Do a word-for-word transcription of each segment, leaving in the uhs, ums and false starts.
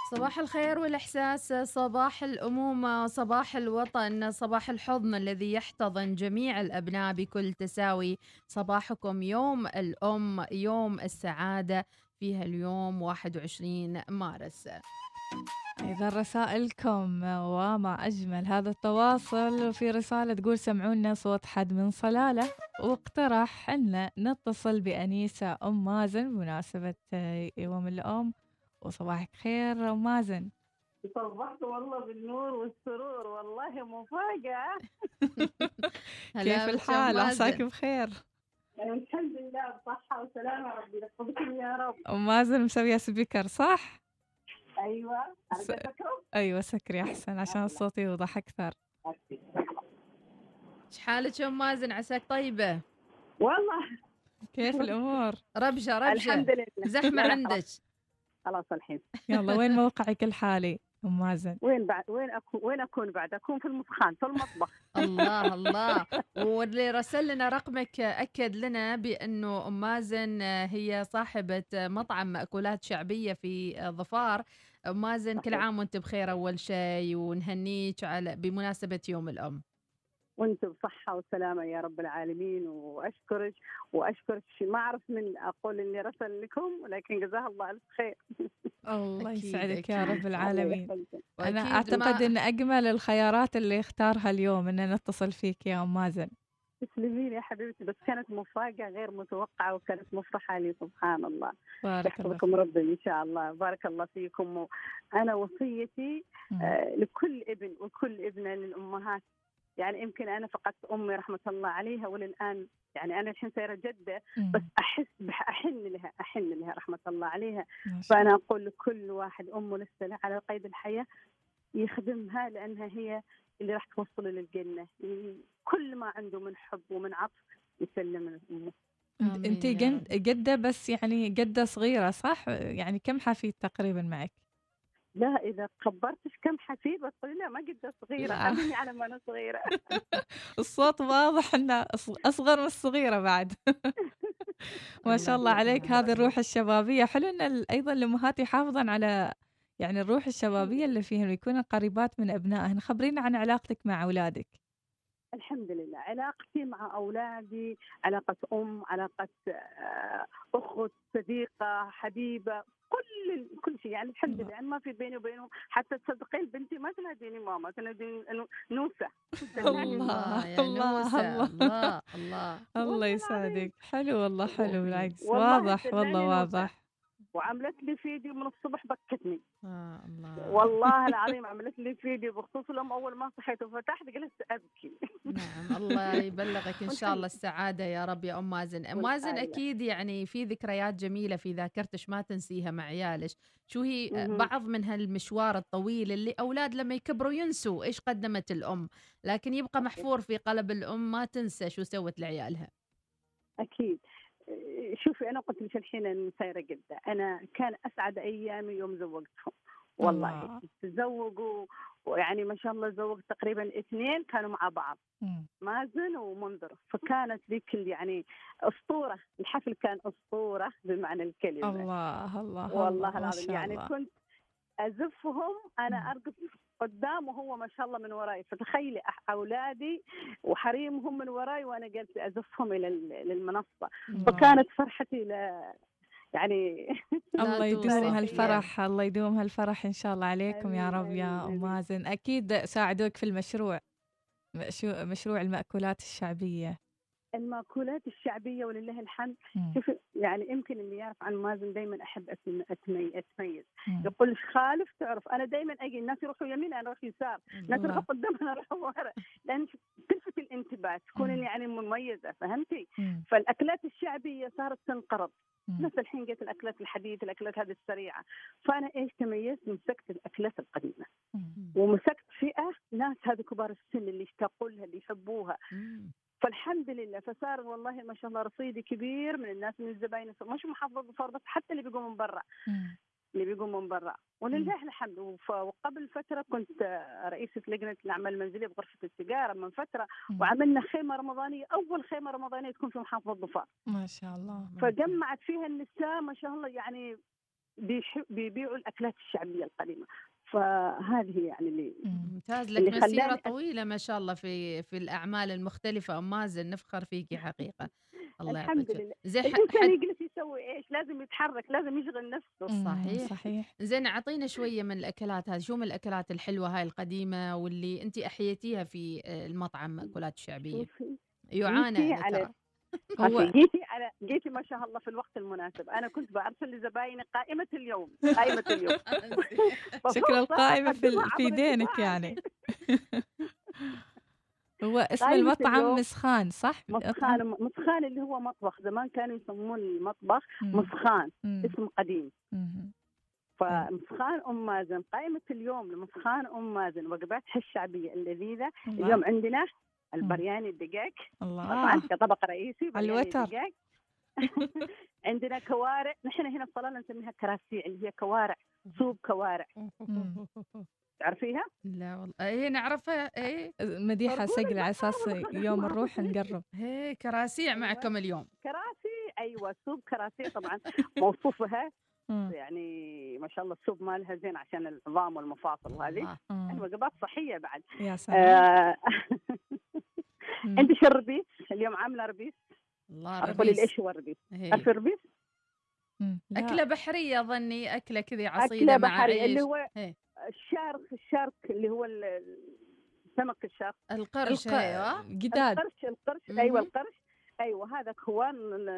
صباح الخير والإحساس، صباح الأمومة، صباح الوطن، صباح الحضن الذي يحتضن جميع الأبناء بكل تساوي. صباحكم يوم الأم، يوم السعادة، فيها اليوم واحد وعشرين مارس. إذا رسائلكم وما أجمل هذا التواصل. في رسالة تقول سمعونا صوت حد من صلالة، واقترح أن نتصل بأنيسة أم مازن بمناسبة آه، يوم الأم. وصباحك خير أم مازن. صبحت والله بالنور والسرور، والله مفاجأة. هلا كيف بك أم الحال؟ عساك مازن. بخير. يعني الحمد لله بصحة وسلامة، ربي يحفظكم يا رب. أم مازن مسوية سبيكر صح؟ أيوة س... أرجع فكرة. أيوة سكري أحسن عشان الصوت يوضح أكثر. إيش حالك أم مازن؟ عساك طيبة؟ والله كيف الأمور؟ ربشة ربشة، الحمد لله. زحمة لا لا خلاص، عندك؟ خلاص الحين. يلا وين موقعك الحالي أم مازن؟ وين بعد؟ وين أكون؟ وين أكون بعد؟ أكون في المطخان، في المطبخ. الله الله. واللي رسل لنا رقمك أكد لنا بأنه أم مازن هي صاحبة مطعم مأكولات شعبية في ظفار. أم مازن كل صحيح. عام وانت بخير أول شيء، ونهنيك على بمناسبة يوم الأم. وانت بصحة وسلامة يا رب العالمين، وأشكرك وأشكرك. ما أعرف من أقول إني رسل لكم، لكن جزاه الله ألف خير. الله أكيد يسعدك يا أكيد. رب الله العالمين. يحفظك. أنا وأكيد أعتقد ما أن أجمل الخيارات اللي اختارها اليوم أن نتصل فيك يا أم مازن. تسلمين يا حبيبتي، بس كانت مفاجأة غير متوقعة وكانت مفرحة لي، سبحان الله. بارك الله يحفظكم فيك. ربي إن شاء الله، بارك الله فيكم. أنا وصيتي مم. آه، لكل ابن وكل ابنة للأمهات. يعني يمكن أنا فقدت أمي رحمة الله عليها، وللآن يعني أنا الحين صايرة جدة، بس مم. أحس بح- أحن لها أحن لها رحمة الله عليها. ما شاء فأنا الله. أقول لكل واحد أمه لسه على قيد الحياة يخدمها، لأنها هي اللي راح توصله للجنة. كل ما عنده من حب ومن عطف يسلم لأمه. أنت أنت آمين يا جد- رب. جدة، بس يعني جدة صغيرة صح؟ يعني كم حفيد تقريبا معك؟ لا إذا كبرتش كم حفيد، بس لا ما قد صغيرة، لا خليني على ما أنا صغيرة. الصوت واضح أنه أص- أصغر من الصغيرة بعد. ما الله شاء الله عليك، يحفظها. هذه الروح الشبابية. حلو أن ال- أيضا الأمهات يحافظن على يعني الروح الحمد الشبابية اللي لله. فيهم، يكونوا قريبات من أبنائهن. خبرينا عن علاقتك مع أولادك. الحمد لله علاقتي مع أولادي علاقة أم، علاقة آه، أخت، صديقة، حبيبة، كل كل شيء. يعني الحمد الله لله، يعني ما في بيني وبينهم. حتى تصدقين بنتي ما تناديني ماما، تناديني إنه نوسة، تدلعني الله الله بنوسة. يا الله نوسة، الله. الله الله. الله والله العظيم. يسعدك. حلو والله، حلو بالعكس، والله واضح والله تدلعني نوسة، واضح. وعملت لي فيديو من الصبح بكتني. آه الله. والله العظيم عملت لي فيديو بخصوص الأم. أول ما صحيت وفتحت جلست أبكي. نعم، الله يبلغك إن شاء والحمد الله السعادة يا رب يا أم مازن. أم مازن والعائلة. أكيد يعني في ذكريات جميلة في ذاكرتش ما تنسيها مع عيالش. شو هي آه، مهم. بعض من هالمشوار الطويل اللي أولاد لما يكبروا ينسوا إيش قدمت الأم، لكن يبقى صحيح. محفور في قلب الأم، ما تنسى شو سوت لعيالها. أكيد. شوفي أنا قلت لك الحين أنا سايرة جدة، أنا كان أسعد أيامي يوم زوجتهم. والله الله. تزوجوا، ويعني ما شاء الله زوجت تقريبا اثنين كانوا مع بعض، مم. مازن ومنذر. فكانت ذيك ال- يعني أسطورة. الحفل كان أسطورة بمعنى الكلمة. الله الله الله والله ما العظيم شاء يعني الله. كنت أزفهم، أنا مم. أرقص قدام وهو ما شاء الله من وراي. فتخيلي أح- أولادي وحريمهم من وراي، وأنا جالسة أزفهم إلى ال- للمنصة. الله. فكانت فرحتي لا يعني لا الله يدوم توصف تاريخية. لا. هالفرح، الله يدوم هالفرح إن شاء الله عليكم يا آمين رب آمين يا أم آمين. مازن. أكيد ساعدوك في المشروع، مشو- مشروع المأكولات الشعبية. المأكولات الشعبية ولله الحمد. مم. شوف يعني يمكن اللي يعرف عن مازن دائما أحب أتم- أتمي- أتميز. مم. يقول خالف تعرف، أنا دائما أجي الناس يروحوا يمين أنا أروح يسار، الناس يروحوا الله. قدام أنا أروح ورا، لأن تلفت الانتباه، تكون مم. يعني مميزة، فهمتي؟ مم. فالأكلات الشعبية صارت تنقرض. مم. بس الحين جت الأكلات الحديثة، الأكلات هذه السريعة. فأنا إيش تميزت؟ مسكت الأكلات القديمة، مم. ومسكت فئة ناس هذه كبار السن اللي يشتاقوا لها، اللي يحبوها. مم. فالحمد لله، فصار والله ما شاء الله رصيدي كبير من الناس، من الزباين، مش محافظة ظفار بس، حتى اللي بيجوا من برا، مم. اللي بيجوا من برا، مم. ولله الحمد. وف- وقبل فترة كنت آه، رئيسة لجنة الأعمال المنزلية بغرفة التجارة من فترة، مم. وعملنا خيمة رمضانية، أول خيمة رمضانية تكون في محافظة ظفار. ما شاء الله. ممتاز. فجمعت فيها النساء ما شاء الله، يعني بيح- بيبيعوا الأكلات الشعبية القديمة. فهذه يعني اللي ممتاز، اللي لك مسيرة خلاني طويلة ما شاء الله في في الأعمال المختلفة. أم مازن نفخر فيكي حقيقة. الله الحمد يعطيك لله. زين. ح- الإنسان حد يجلس يسوي إيش؟ لازم يتحرك، لازم يشغل نفسه. مم، صحيح. صحيح. زين، أعطينا شوية من الأكلات هذه. شو من الأكلات الحلوة هاي القديمة واللي أنت أحييتيها في آه، المطعم مأكولات الشعبية؟ شوفي، يعانى جيتي أنا على ترى. هو جيتي على جيتي ما شاء الله في الوقت المناسب. أنا كنت برسل لزبايني قائمة اليوم، قائمة اليوم. شكل ففرصة القائمة في أقدمها ال- في عبر دينك الإذاعة يعني. هذه. هو اسم قائمة المطعم اليوم مسخان صح؟ مطعم. مسخان. مسخان اللي هو مطبخ، زمان كانوا يسمون المطبخ مم. مسخان، مم. اسم قديم. مم. فمسخان أم مازن، قائمة اليوم لمسخان أم مازن وجباتها الشعبية اللذيذة. الله. اليوم عندنا البرياني الدجاج طبعا الله كطبق رئيسي، على برياني الوتر. الدجاج. عندنا كوارع، نحن هنا في صلالة نسميها كراسيع، اللي هي كوارع، سوب كوارع. مم. تعرفيها؟ لا والله ايه نعرفها. ايه مديحة أقول سجل على لك ما أساس أعرف يوم ما نروح أعرف. نقرب. هي كراسيع أيوة. معكم اليوم. كراسي، أيوة سوب كراسي طبعا موصوفها. مم. يعني ما شاء الله السوب مالها زين عشان العظام والمفاصل وهذه. الله. مم. وجبات صحية بعد. يا سلام. آه. مم. عندي الربيس اليوم عاملة ربيس. الله قولي ربيس. ايش هو الربيس؟ هي. تعرفي الربيس؟ مم. لا. أكلة بحرية ظني، أكلة كذي أكلة عصيدة مع بحرية اللي عيش. هو هي. الشارك، الشارك اللي هو ال- ال- سمك الشارك. القرش. الق... ايوه. جداد. القرش، القرش مهم. ايوه القرش. ايوه هذا كوان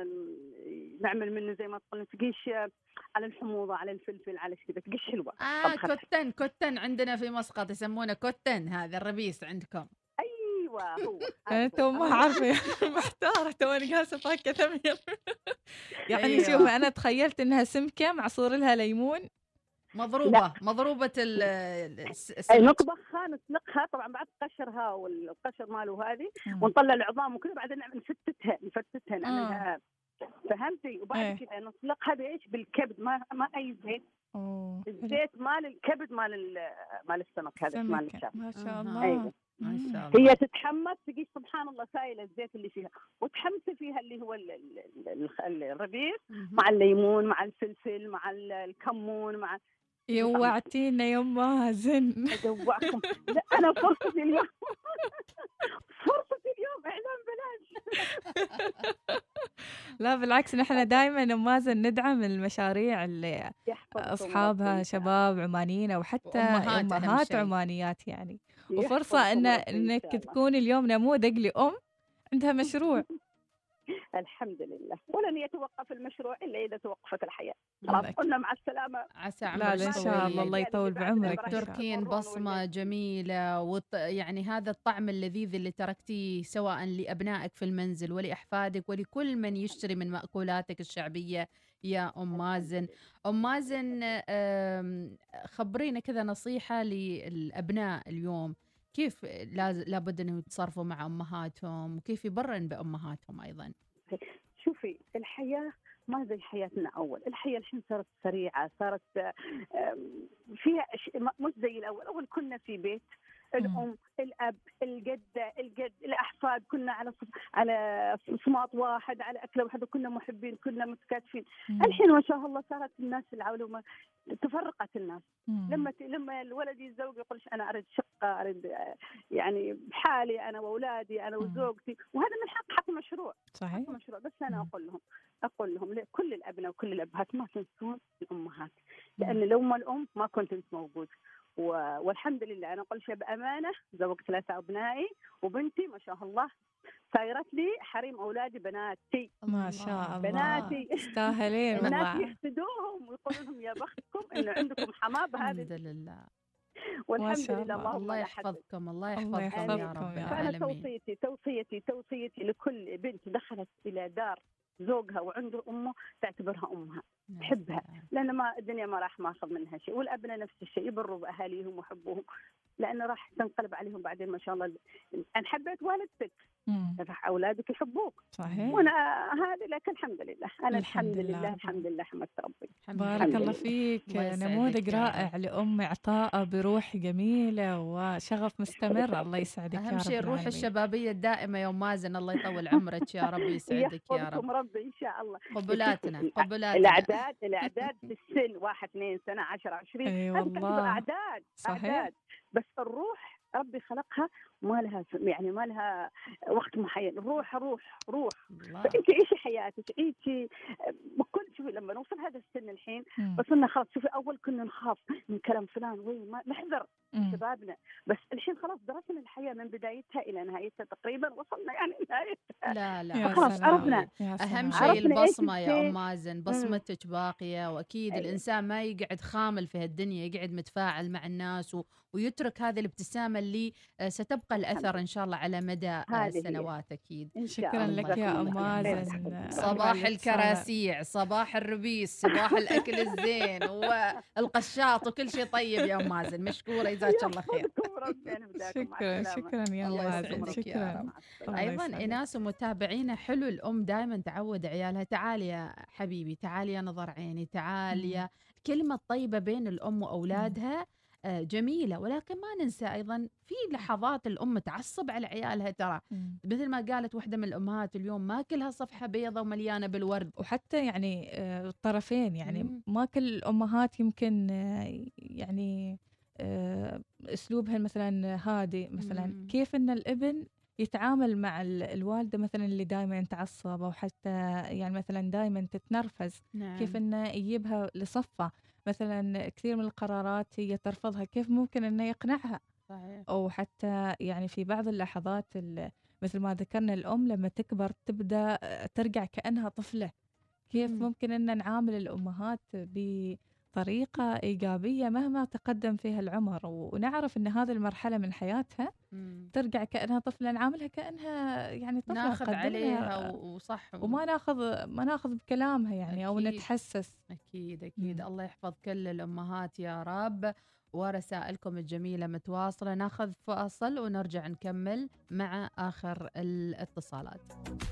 نعمل منه زي ما تقول تقيش على الحموضه، على الفلفل، على كذا تقيش حلوه. اه طبختها. كتن كتن عندنا في مسقط يسمونه كتن، هذا الربيس عندكم. ايوه هو أنا هذا تو هو. ما عارفة محتارة، توني جالسة أفكر ثمير. يعني أيوة. شوفي أنا تخيلت إنها سمكة معصور لها ليمون. مضروبة مضروبة ال ال- الس- اي السمك. نطبخها نسلقها طبعا بعد قشرها والقشر ماله هذه، مم. ونطلع العظام وكذا، بعدين نعمل نفتتها نفتتها مم. نعملها. فهمتي؟ وبعد إيه. كذا نسلقها بايش؟ بالكبد، ما ما اي زيت. أوه. حلو. الزيت مال الكبد مال ال- مال السمك هذا مال سمكة الشام. ما شاء أها. الله. ايوه ما مم. شاء الله. هي تتحمص تجي سبحان الله سائل الزيت اللي فيها، وتحمسي فيها اللي هو ال- ال- ال- ال- الربيع مهم. مع الليمون مع الفلفل مع ال- الكمون مع. يوعتينا يا مازن. أجوعكم. لا أنا فرصتي اليوم فرصتي اليوم إعلان بلاش. لا بالعكس، نحن دائما مازن ندعم المشاريع اللي يحفظكم أصحابها ربي. شباب عمانيين أو حتى وأمهات أهم أمهات شيء. عمانيات يعني. يحفظكم وفرصة إن ربي إن إنك شاء الله. تكون اليوم نموذج لأم عندها مشروع. الحمد لله، ولن يتوقف المشروع إلا إذا توقفت الحياة. الله خلاص أكيد. قلنا مع السلامة. عسى لا عمرك لا إن ما شاء الله أدري الله الأجيال يطول اللي بعدنا بعمرك إن راح شاء الله. تركين يتطورون بصمة ولا- جميلة وط... يعني هذا الطعم اللذيذ اللي تركتيه سواء لأبنائك في المنزل ولأحفادك ولكل من يشتري من مأكولاتك الشعبية يا أم مازن. أم مازن، آم، خبرينا كذا نصيحة للأبناء اليوم، كيف لاز... لابد أنهم يتصرفوا مع أمهاتهم وكيف يبرن بأمهاتهم أيضا. شوفي الحياة ما زي حياتنا أول. الحياة الحين صارت سريعة، صارت آم، فيها ش- ما- مش زي الأول. أول كنا في بيت الأم الأب الجدة الجد الأحفاد، كنا على صف... على صماط واحد، على أكلة واحدة، كنا محبين، كنا متكاتفين. مم. الحين ما شاء الله صارت الناس العولمة تفرقت الناس. مم. لما ت... لما الولد يتزوج يقول أنا أريد شقة، أريد آه، يعني بحالي أنا وأولادي أنا مم. وزوجتي، وهذا من حق حق مشروع صحيح. حق مشروع. بس أنا مم. أقول لهم أقول لهم كل الأبناء وكل الأبهات ما تنسون الأمهات، لأن لو ما الأم ما كنت أنت موجود. و... والحمد لله أنا أقول شيء بأمانة، زوجت ثلاثة أبنائي وبنتي ما شاء الله صايرت لي حريم أولادي بناتي. ما شاء الله. بناتي تستاهلين الناس والله. يحسدوهم ويقولوا لهم يا بختكم إنه عندكم حماة بهذه. الحمد لله. والحمد شاء لله الله. اللهم الله لا حسد. يحفظكم الله الله يحفظكم يا يحفظكم رب يا رب. فأنا العالمين. توصيتي توصيتي توصيتي لكل بنت دخلت إلى دار زوجها وعنده أمه تعتبرها أمها، تحبها، لأن ما الدنيا ما راح ماخذ منها شيء. والأبناء نفس الشيء، يبروا بأهاليهم ويحبوهم، لأنه راح تنقلب عليهم بعدين ما شاء الله. أنا حبيت والدتك راح أولادك يحبوك. صحيح. وأنا هذا لك الحمد لله، أنا الحمد لله الحمد لله حمدت ربي. بارك الله فيك، نموذج رائع لأم عطاءة بروح جميلة وشغف مستمر. الله يسعدك يا رب. أهم شيء الروح الشبابية الدائمة يا أم مازن، الله يطول عمرك يا رب، يسعدك يا رب. ربي إن شاء الله. قبلاتنا قبلاتنا الأعداد الأعداد بالسن واحد اثنين سنة عشرة عشرين. أي والله. أعداد أعداد بس الروح ربي خلقها ما لها يعني ما لها وقت معين. الروح روح روح. فأنت عيشي حياتك، عيشي بكل. شوفي لما نوصل هذا السن الحين وصلنا خلاص. شوفي أول كنا نخاف من كلام فلان وين ما نحذر شبابنا، بس الحين خلاص درسنا الحياة من بدايتها إلى نهايتها تقريبا، وصلنا يعني نهايتها. لا لا خلاص عرفنا. أهم شيء البصمة يا أم مازن، بصمتك باقية. وأكيد أيوة. الإنسان ما يقعد خامل في هالدنيا، يقعد متفاعل مع الناس و... ويترك هذه الابتسامة اللي ستبقى الأثر إن شاء الله على مدى السنوات. أكيد. شكرا لك يا أم مازن. صباح الكراسيع، صباح الربيس، صباح الأكل الزين والقشاط وكل شيء طيب يا أم مازن. مشكورة، جزاك الله خير. شكرا شكرا يا مازن. شكرا. أيضا إناس ومتابعينا، حلو الأم دائما تعود عيالها تعال يا حبيبي، تعال يا نظر عيني، تعال يا كلمة طيبة بين الأم وأولادها جميلة. ولكن ما ننسى أيضا في لحظات الأم تعصب على عيالها. ترى مثل ما قالت واحدة من الأمهات اليوم، ما كلها صفحة بيضة ومليانة بالورد. وحتى يعني الطرفين، يعني مم. ما كل الأمهات يمكن يعني أسلوبها مثلا هادي مثلا. مم. كيف أن الابن يتعامل مع الوالدة مثلا اللي دائما تعصب، أو حتى يعني مثلا دائما تتنرفز. نعم. كيف أنه يجيبها لصفة. مثلا كثير من القرارات هي ترفضها، كيف ممكن أنه يقنعها؟ صحيح. أو حتى يعني في بعض اللحظات مثل ما ذكرنا، الأم لما تكبر تبدأ ترجع كأنها طفلة. كيف م. ممكن أن نعامل الأمهات بطريقة إيجابية مهما تقدم فيها العمر، ونعرف أن هذه المرحلة من حياتها م. ترجع كأنها طفلة، نعاملها كأنها يعني طفلة، ناخذ عليها وصح، وما ناخذ ما ناخذ بكلامها يعني. أكيد. أو نتحسس. أكيد أكيد. م. الله يحفظ كل الأمهات يا رب. ورسائلكم الجميلة متواصلة. ناخذ فاصل ونرجع نكمل مع آخر الاتصالات.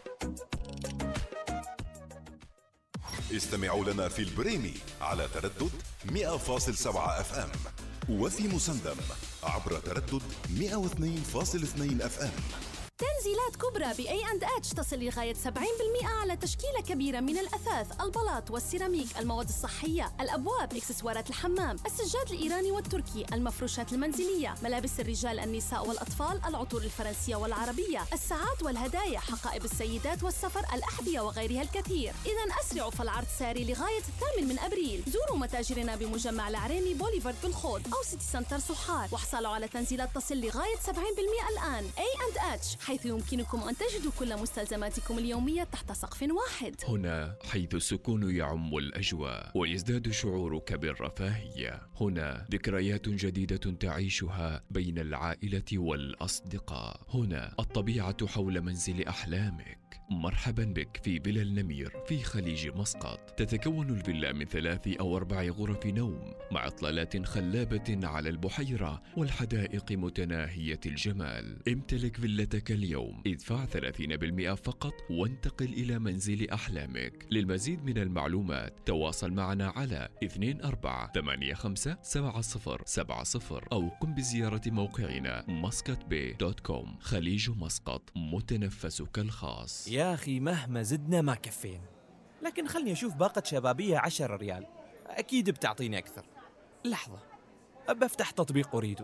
استمعوا لنا في البريمي على تردد مئة فاصلة سبعة اف ام، وفي مسندم عبر تردد مئة واثنين فاصلة اثنين اف ام. تنزيلات كبرى بأي أند اتش تصل لغاية سبعين بالمئة على تشكيلة كبيرة من الأثاث، البلاط والسيراميك، المواد الصحية، الأبواب، إكسسوارات الحمام، السجاد الإيراني والتركي، المفروشات المنزلية، ملابس الرجال، النساء والأطفال، العطور الفرنسية والعربية، الساعات والهدايا، حقائب السيدات والسفر، الأحذية وغيرها الكثير. إذن أسرعوا، فالعرض ساري لغاية الثامن من أبريل. زوروا متاجرنا بمجمع العريني بوليفارد بالخوض أو سيتي سنتر صحار، واحصلوا على تنزيلات تصل لغاية سبعين بالمئة الآن. أي أند اتش، حيث يمكنكم أن تجدوا كل مستلزماتكم اليومية تحت سقف واحد. هنا حيث السكون يعم الأجواء ويزداد شعورك بالرفاهية. هنا ذكريات جديدة تعيشها بين العائلة والأصدقاء. هنا الطبيعة حول منزل أحلامك. مرحبا بك في فيلا النمير في خليج مسقط. تتكون الفيلا من ثلاث أو أربع غرف نوم مع إطلالات خلابة على البحيرة والحدائق متناهية الجمال. امتلك فيلتك اليوم، ادفع ثلاثين بالمئة فقط وانتقل إلى منزل أحلامك. للمزيد من المعلومات تواصل معنا على اثنين أربعة ثمانية خمسة سبعة صفر سبعة صفر أو قم بزيارة موقعنا مسقط بي دوت كوم. خليج مسقط، متنفسك الخاص. يا أخي مهما زدنا ما كفين، لكن خلني أشوف باقة شبابية عشرة ريال، أكيد بتعطيني أكثر. لحظة، أبى أفتح تطبيق أريدو.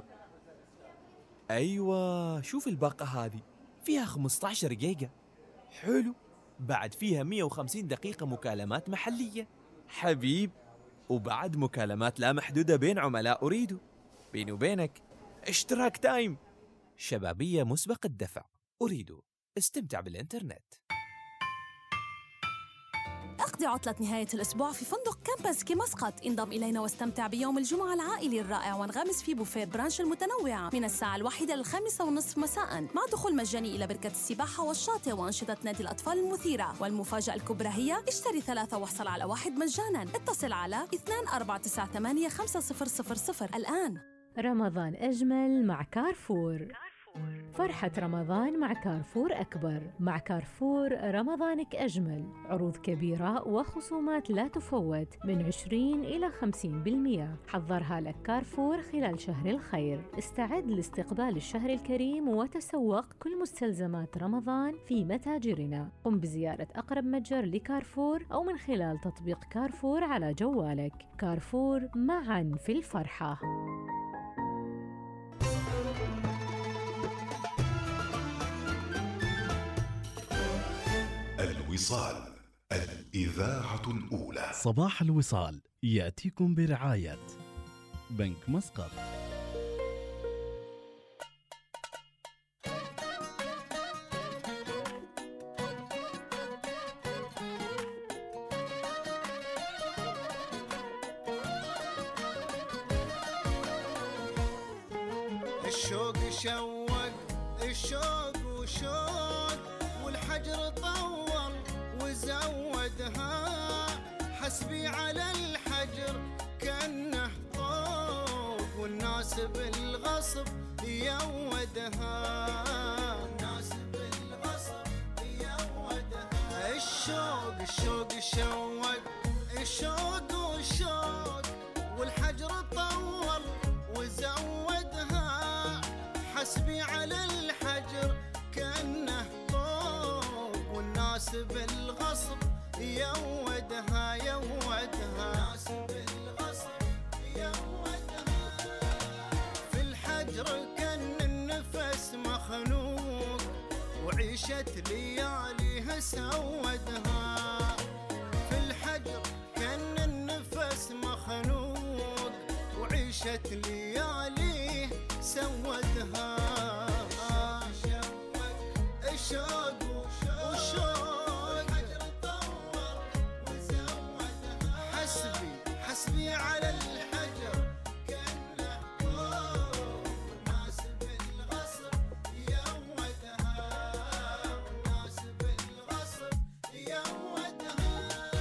أيوة، شوف الباقة هذه فيها خمسة عشر جيجا. حلو، بعد فيها مئة وخمسين دقيقة مكالمات محلية حبيب، وبعد مكالمات لا محدودة بين عملاء أريدو. بيني وبينك اشتراك تايم، شبابية مسبق الدفع. أريدو، استمتع بالإنترنت. اقضي عطلة نهاية الأسبوع في فندق كامباسكي مسقط. انضم إلينا واستمتع بيوم الجمعة العائلي الرائع، وانغمس في بوفيه برانش المتنوعة من الساعة الواحدة للخامسة والنصف مساء، مع دخول مجاني إلى بركة السباحة والشاطئ وأنشطة نادي الأطفال المثيرة. والمفاجأة الكبرى هي اشتري ثلاثة واحصل على واحد مجانا. اتصل على اثنين أربعة تسعة ثمانية خمسة صفر صفر صفر الآن. رمضان أجمل مع كارفور. فرحة رمضان مع كارفور أكبر. مع كارفور رمضانك أجمل، عروض كبيرة وخصومات لا تفوت من عشرين إلى خمسين بالمئة. حضرها لك كارفور خلال شهر الخير. استعد لاستقبال الشهر الكريم وتسوق كل مستلزمات رمضان في متاجرنا. قم بزيارة أقرب متجر لكارفور أو من خلال تطبيق كارفور على جوالك. كارفور، معاً في الفرحة. الوصال، الإذاعة الأولى. صباح الوصال يأتيكم برعاية بنك مسقط. الشوق شوق الشوق وشوق والحجر طول وزودها، حسبي على الحجر كأنه طوق والناس بالغصب يودها، الناس بالغصب يودها. الشوق الشوق شوق الشوق وشوق والحجر طول وزودها، حسبي على الحجر كأنه طوق والناس بالغصب يودها يودها، الناس بالغصب يودها. في الحجر كان النفس مخنوق وعيشة لياليها سودها، في الحجر كان النفس مخنوق وعيشة لياليه سودها. الشوق وشوق الحجر طور وزودها، حسبي حسبي على الحجر كأنه طور والناس بالغصب يودها، والناس بالغصب يودها.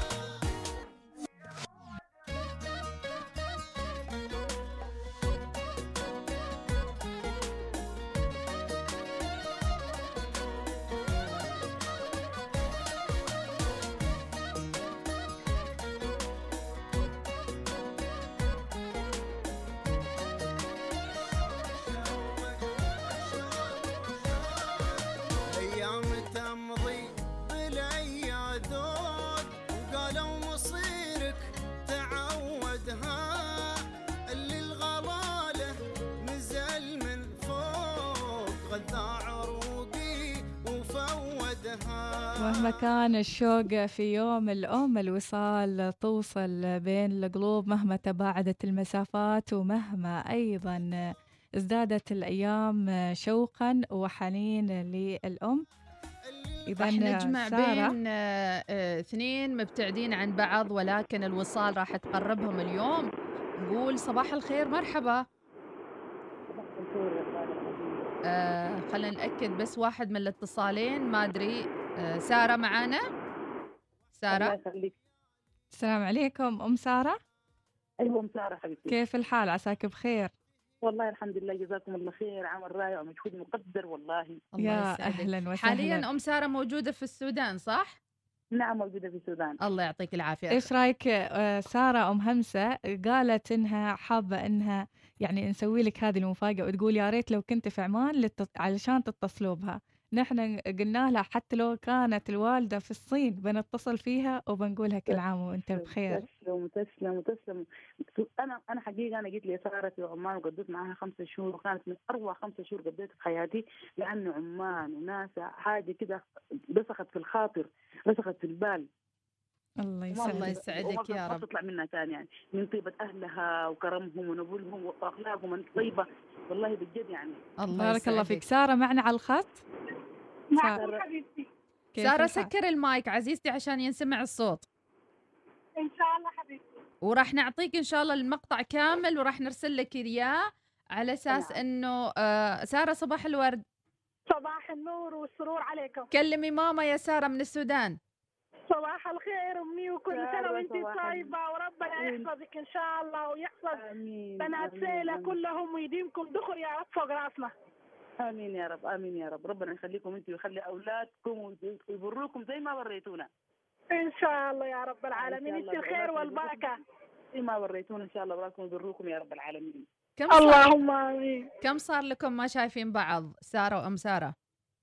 أيام تمضي بالأيادون وقالوا مصيرك تعودها، اللي الغلالة نزل من فوق غذا عروقي وفودها. مهما كان الشوق في يوم الأم، الوصال توصل بين القلوب مهما تباعدت المسافات ومهما أيضا ازدادت الأيام شوقا وحنين للأم. إذا راح نجمع سارة، بين آه، آه، اثنين مبتعدين عن بعض ولكن الوصال راح تقربهم اليوم. نقول صباح الخير، مرحبا. آه خلينا نأكد بس واحد من الاتصالين، ما أدري. آه سارة معانا؟ سارة، السلام عليكم أم سارة. ايوه ام ساره حبيبتي، كيف الحال؟ عساك بخير؟ والله الحمد لله، جزاكم الله خير، عمل رائع ومجهود مقدر والله. الله يا يسعدك. أهلا وسهلا. حاليا أم سارة موجودة في السودان صح؟ نعم موجوده في السودان. الله يعطيك العافية. إيش رأيك آه، سارة أم همسة قالت إنها حابة إنها يعني نسوي لك هذه المفاجأة، وتقول يا ريت لو كنت في عمان للت... علشان تتصلوا بها. نحن قلنا لها حتى لو كانت الوالدة في الصين بنتصل فيها وبنقولها كل عام وانت بخير. تسلم تسلم تسلم. انا انا حقيقه انا جيت لي ساره في عمان وقضيت معها خمسة شهور، وكانت من اروع خمسة شهور قضيتها في حياتي، لانه عمان وناسها حاجه كده رسخت في الخاطر، رسخت في البال. الله الله يسعدك. يسعدك يا ما رب. تطلع منها ثاني يعني، من طيبه اهلها وكرمهم ونبولهم واخلاقهم الطيبه، والله بجد يعني. الله بارك الله يسعدك. فيك. سارة معنا على الخط؟ نعم حبيبتي. كيف سارة الحال؟ سكر المايك عزيزتي عشان ينسمع الصوت، ان شاء الله حبيبتي. وراح نعطيك إن شاء الله المقطع كامل وراح نرسل لك إياه على أساس نعم. إنه آه سارة صباح الورد. صباح النور والسرور عليكم. كلمي ماما يا سارة من السودان. صباح الخير امي، وكل سنه وانت طيبه، وربنا آمين. يحفظك ان شاء الله ويحفظ آمين. بنات آمين. سيلة آمين. كلهم ويديمكم دخر يا رب فوق راسنا. امين يا رب، امين يا رب. ربنا يخليكم انتم ويخلي اولادكم ويبروكم زي ما وريتونا ان شاء الله يا رب العالمين. انت الخير والبركه زي ما وريتونا ان شاء الله. اولادكم يبروكم يا رب العالمين. كم صار اللهم امين. كم صار لكم ما شايفين بعض ساره وام ساره؟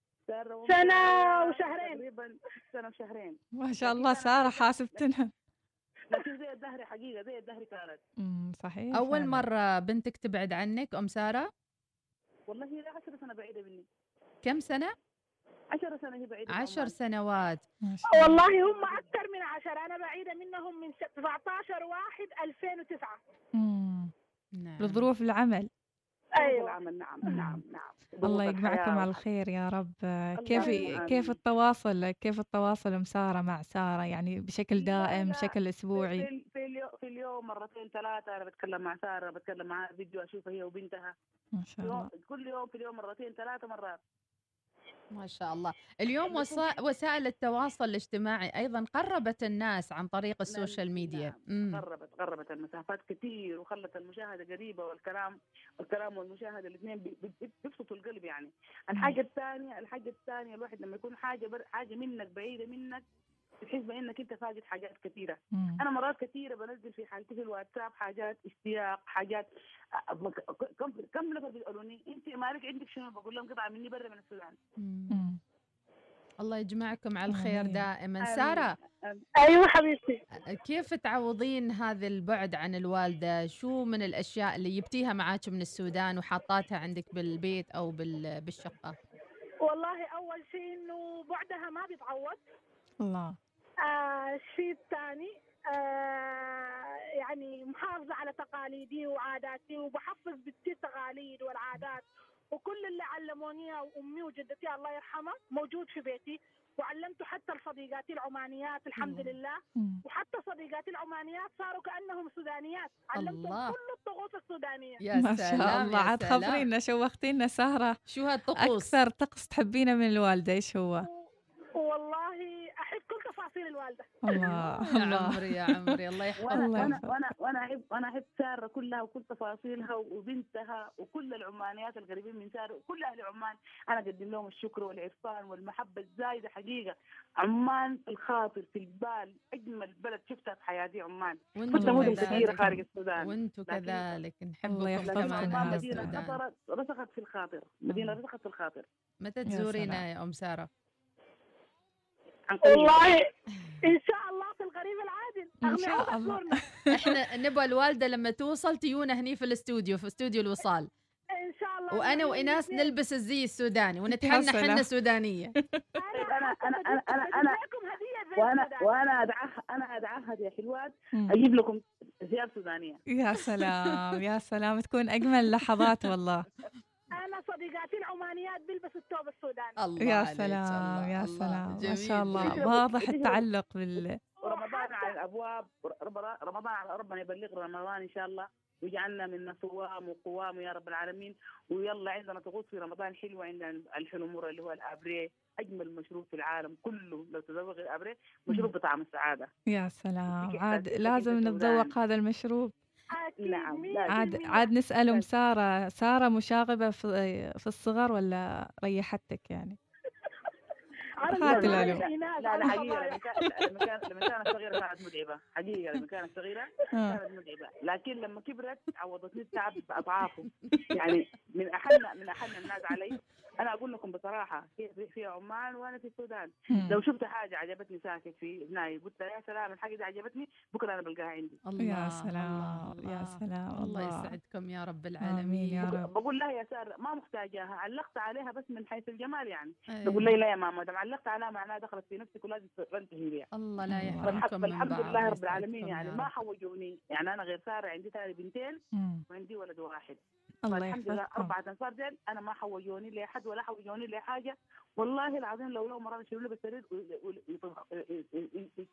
سنه وشهرين تقريبا، سنه وشهرين. ما شاء الله ساره حاسبتنا. لكن زي الدهر حقيقه، زي الدهر كانت. امم صحيح. اول فعلا. مره بنتك تبعد عنك ام ساره؟ والله هي عشر سنة بعيدة مني. كم سنة؟ عشر سنة هي بعيدة. عشر سنوات. والله هم أكثر من عشر، أنا بعيدة منهم من سبعة عشر واحد ألفين وتسعة. امم نعم. لظروف العمل. ايوه العمل. نعم نعم نعم. الله يجمعكم على الخير يا رب. كيف كيف التواصل كيف التواصل ام ساره مع ساره، يعني بشكل دائم بشكل اسبوعي؟ في, في اليوم في اليوم مرتين ثلاثه انا بتكلم مع ساره، بتكلم معها فيديو اشوفها هي وبنتها. ما شاء الله. كل يوم في اليوم مرتين ثلاثه مرات. ما شاء الله. اليوم وسا... وسائل التواصل الاجتماعي ايضا قربت الناس عن طريق السوشيال ميديا. نعم. قربت قربت المسافات كثير وخلت المشاهده قريبه، والكلام والكلام والمشاهده الاثنين بيبسطوا القلب يعني. الحاجه الثانيه الحاجه الثانيه الواحد لما يكون حاجه بر... حاجه منك بعيده منك تحس بانك انت فاقد حاجات كثيره. مم. انا مرات كثيره بنزل في حالتي في الواتساب حاجات اشتياق، حاجات كم كم نفر بيسالوني انت مالك عندك شنو، بقول لهم قطعه مني برا من السودان. مم. الله يجمعكم على الخير دائما. ساره. ايوه حبيبتي. كيف تعوضين هذا البعد عن الوالده؟ شو من الاشياء اللي جبتيها معاك من السودان وحاطاتها عندك بالبيت او بالشقه؟ والله اول شيء انه بعدها ما بيتعوض. الله. آه الشيء الثاني آه يعني محافظة على تقاليدي وعاداتي، وبحفظ بنتي التقاليد والعادات، وكل اللي علموني وأمي وجدتي الله يرحمها موجود في بيتي، وعلمته حتى لصديقاتي العمانيات الحمد لله. مم. وحتى صديقاتي العمانيات صاروا كأنهم سودانيات، علمتهم كل الطقوس السودانية. يا ما سلام شاء الله. عاد خبرينا شوختينا سهرة، شو هالطقوس؟ أكثر طقس تحبينه من الوالدة إيش هو؟ والله احب كل تفاصيل الوالده. الله يا الله. عمري يا عمري الله يحفظك. وانا وانا وانا وانا احب وانا احب ساره كلها وكل تفاصيلها وبنتها وكل العمانيات القريبين من ساره وكل اهل عمان. انا اقدم لهم الشكر والعرفان والمحبه الزايده حقيقه. عمان في الخاطر في البال، اجمل بلد شفتها في حياتي عمان. كنت مدن كثيره خارج السودان وانتم كذلك نحبكم كمان كمان. مدينه خطرت رسخت في الخاطر، مدينه رسخت في الخاطر. متى تزورينا يا ام ساره؟ والله ان شاء الله في القريب العاجل. ان شاء الله. احنا نبغى الوالده لما توصل تيونا هني في الاستوديو، في استوديو الوصال ان شاء الله. وانا وايناس نلبس الزي السوداني ونتحنى حنه سودانيه. انا انا انا انا انا وانا وانا ادعاها انا ادعاها يا حلوات اجيب لكم ثياب سودانيه. يا سلام يا سلام، تكون اجمل لحظات والله. أنا صديقاتي العمانيات بيلبس الثوب السوداني. الله يا عليك. سلام الله يا الله. سلام. جميل. ما شاء الله جميل. واضح التعلق بال رمضان على الابواب، رمضان على ربنا يبلغ رمضان ان شاء الله ويجعلنا من صوام وقوام يا رب العالمين. ويلا عندنا طقوس في رمضان حلوه، عندنا الحلموره اللي هو الابريه، اجمل مشروب في العالم كله. لو تذوق الابريه مشروب بطعم السعاده. يا سلام. عاد لازم نتذوق هذا المشروب. نعم. عاد عاد نسأل ام ساره، ساره مشاغبه في في الصغر ولا ريحتك يعني؟ لا لا حقيقة لما كانت لما كانت صغيرة كانت متعبة حقيقة. لما كانت صغيرة كانت متعبة، لكن لما كبرت عوضتني التعب بأضعافه. يعني من أحن من أحن الناس علي. أنا أقول لكم بصراحة في في عمان وأنا في السودان، لو شفت حاجة عجبتني ساكت في ابنائي قلت يا سلام الحاجة دي عجبتني بكرة أنا بلقاها عندي. الله يا سلام الله يا سلام. الله يسعدكم يا رب العالمين. يا رب. بقول لها يا سارة ما محتاجاها، علقت عليها بس من حيث الجمال يعني. أيه. تقول لي لا يا ماما دام علقت عليها معناها دخلت في نفسك ولازم تنتهي بيها. الله لا يحرمكم من الحمد بعض. لله رب العالمين يعني ما حوجوني. يعني انا غير ساره عندي ثاني بنتين وعندي ولد واحد. الحمد لله أربعة أنفار ديل أنا ما حوجوني لي أحد ولا حوجوني لي حاجة. والله العظيم لو لو مرة يشيلوا لي بالسرير كذا يهزوا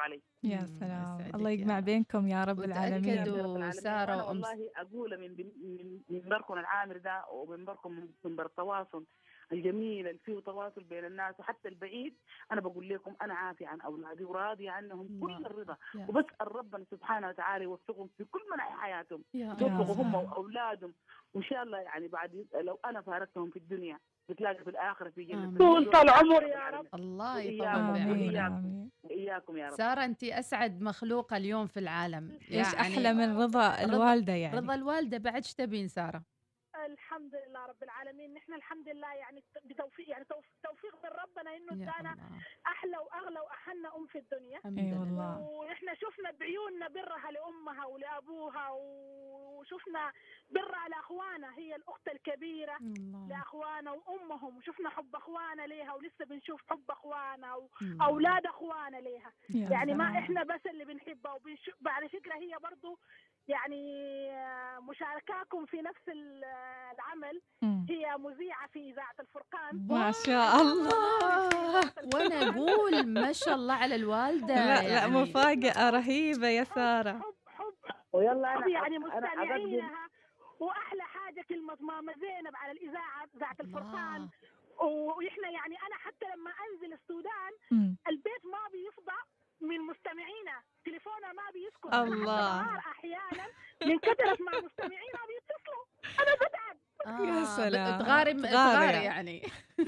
علي. يا سلام، الله يجمع بينكم يا رب العالمين. وتأكدوا سارة أنا وأم والله أقول من من منبركم العامر ده ومنبركم منبر التواصل الجميل اللي فيه تواصل بين الناس وحتى البعيد، أنا بقول لكم أنا عافية عن أولادي وراضية عنهم كل الرضا، وبسأل ربنا سبحانه وتعالى يوفقهم في كل مناحي حياتهم، يوفقوا هم وأولادهم، وإن شاء الله يعني بعد لو أنا فارقتهم في الدنيا بتلاقي في الآخرة في جنة طول العمر يا رب. الله يطول بعمركم وإياكم يا رب. سارة أنت أسعد مخلوقة اليوم في العالم. إيش يعني أحلى من رضا الوالدة؟ يعني رضا الوالدة بعد ايش تبين سارة؟ الحمد لله رب العالمين. نحن الحمد لله يعني بتوفيق يعني توفيق من ربنا انه ادانا احلى واغلى واحن ام في الدنيا. اي والله. ونحن شفنا بعيوننا برها لامها ولابوها، وشفنا برها لاخوانها، هي الاخت الكبيره لاخوانها وامهم، وشفنا حب اخوانها ليها، ولسه بنشوف حب اخوانها واولاد اخوانها ليها. يعني ما احنا بس اللي بنحبها، وبنشوف بعد فكره هي برضو يعني مشاركاكم في نفس العمل. م. هي مذيعة في إذاعة الفرقان. ما شاء الله. وأنا أقول ما شاء الله على الوالدة. لا يعني لا مفاجأة رهيبة يا سارة. حب حب ويلا أنا يعني مستمعينها. وأحلى حاجة كلمة ماما زينب على الإذاعة إذاعة الفرقان. وإحنا يعني أنا حتى لما أنزل السودان م. البيت ما بيفضى من مستمعينا، تليفونها ما بيسكت. الله. احيانا من كثرة مع مستمعينا بيتصلوا انا بتعب. آه يا سلام. تغاري تغاري يعني.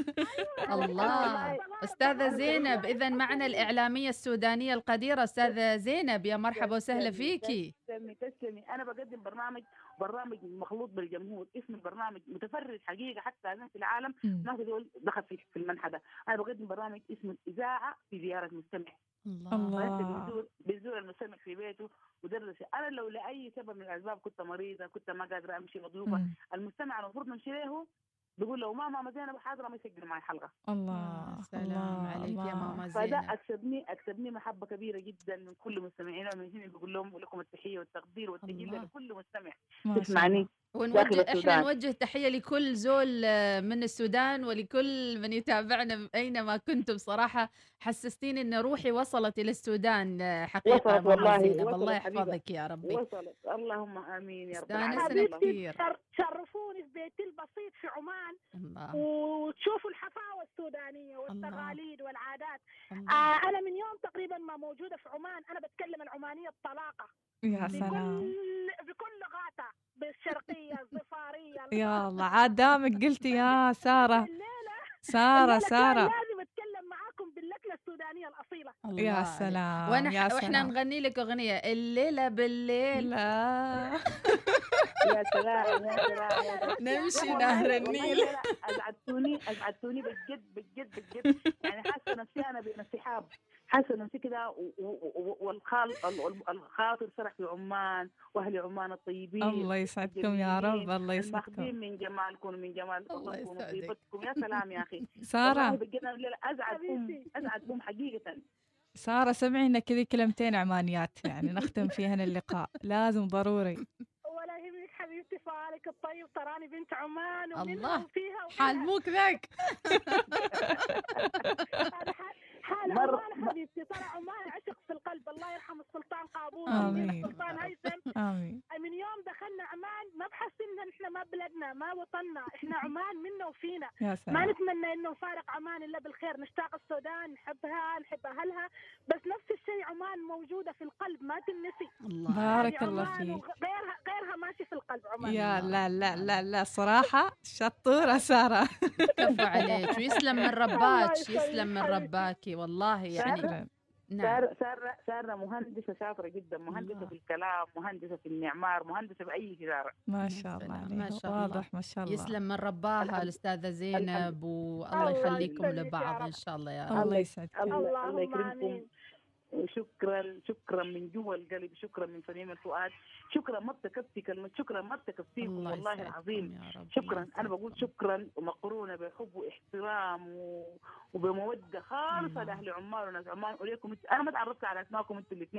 الله. استاذة زينب، اذا معنا الاعلامية السودانية القديرة استاذة زينب، يا مرحبا وسهلا فيكي. تسلمي تسلمي. انا بقدم برنامج برنامج مخلوط بالجمهور، اسم البرنامج متفرد حقيقه حتى الناس في العالم ما في دول دخل في المنحى ده. انا بقدم برنامج اسمه الاذاعه في زياره مستمع. الله. بيزور بيزور المستمع في بيته ودرس. انا لو لاي سبب من الاسباب كنت مريضه، كنت ما قادره امشي مضروبه، المستمع المفروض نمشي له بيقول له ماما ماما زينب حاضره ما يسجل معي حلقه. الله. سلام عليك يا ماما زينب. فده اكسبني اكسبني محبه كبيره جدا من كل مستمعينا، ومن هنا بقول لهم لكم التحيه والتقدير والتجليل لكل مستمع تسمعني. ونوجه احنا نوجه تحيه لكل زول من السودان ولكل من يتابعنا اينما كنتم. صراحه حسستيني ان روحي وصلت الى السودان حقيقه. وصلت والله. الله يحفظك يا ربي. وصلت اللهم امين يا رب العالمين. كثير شرفوني في بيتي البسيط في عمان. الله. وتشوفوا الحفاوه السودانيه والتقاليد والعادات. آه انا من يوم تقريبا ما موجوده في عمان انا بتكلم العمانيه بطلاقه. يا سلام. بكل بكل لغاتها، بالشرقيه الظفاريه. يا الله عاد دامك قلتي يا ساره. ساره ساره لازم اتكلم معاكم باللكنه السودانيه الاصيله. يا سلام. وانا يا سلام. واحنا نغني لك اغنيه الليله بالليل. لا يا سلام يا سلام. نمشي نهر النيل. ازعجتوني ازعجتوني بجد بجد بجد. يعني حاسه نفسي انا بين السحاب، حاسه نفسي كده. والخال الخاطر سرح في عمان واهل عمان الطيبين. الله يسعدكم يا رب. الله يسعدكم. الماخذين من جمالكم من جمال الله يسعدك. يا سلام يا اخي. ساره ازعد ام ازعد ام حقيقه. ساره سمعينا كذا كلمتين عمانيات يعني نختم فيهن اللقاء، لازم ضروري. ولا يهمك حبيبتي، فعلك الطيب، تراني بنت عمان الله فيها حال موك ذاك. حال عمان حبيبتي، ترى عمان عشق في القلب. الله يرحم السلطان قابوس والسلطان هيثم. آمين. من يوم دخلنا عمان ما بحسنا ان احنا ما بلدنا ما وطننا، احنا عمان منا وفينا. ما نتمنى انه نفارق عمان الا بالخير. نشتاق السودان، نحبها نحب اهلها، بس نفس الشيء عمان موجوده في القلب ما تنسي. الله بارك يعني الله فيك. غيرها غيرها ماشي في القلب عمان. يا لا لا لا لا صراحه شطوره ساره. كفو عليك ويسلم من رباك، يسلم من رباكي والله. يعني نعم. سارة سارة مهندسة شاطرة جدا، مهندسة الله. في الكلام، مهندسة في المعمار، مهندسة بأي تجارة. ما شاء الله عليها. ما شاء الله. واضح ما شاء الله. يسلم من رباها الأستاذة زينب، والله يخليكم لبعض إن شاء الله يا رب. الله يسعدك. الله يكرمكم. شكرا شكرا من جوا القلب، شكرا من صميم الفؤاد، شكرا ما ابتكرتي كلمة شكرا ما ابتكرتيكم والله العظيم. شكرا. أنا بقول شكرا ومقرونة بحب واحترام وبمودة خالصة لأهل عمان وناس عمان وليكم. أنا ما تعرفت على أسماءكم أنتوا الاثنين،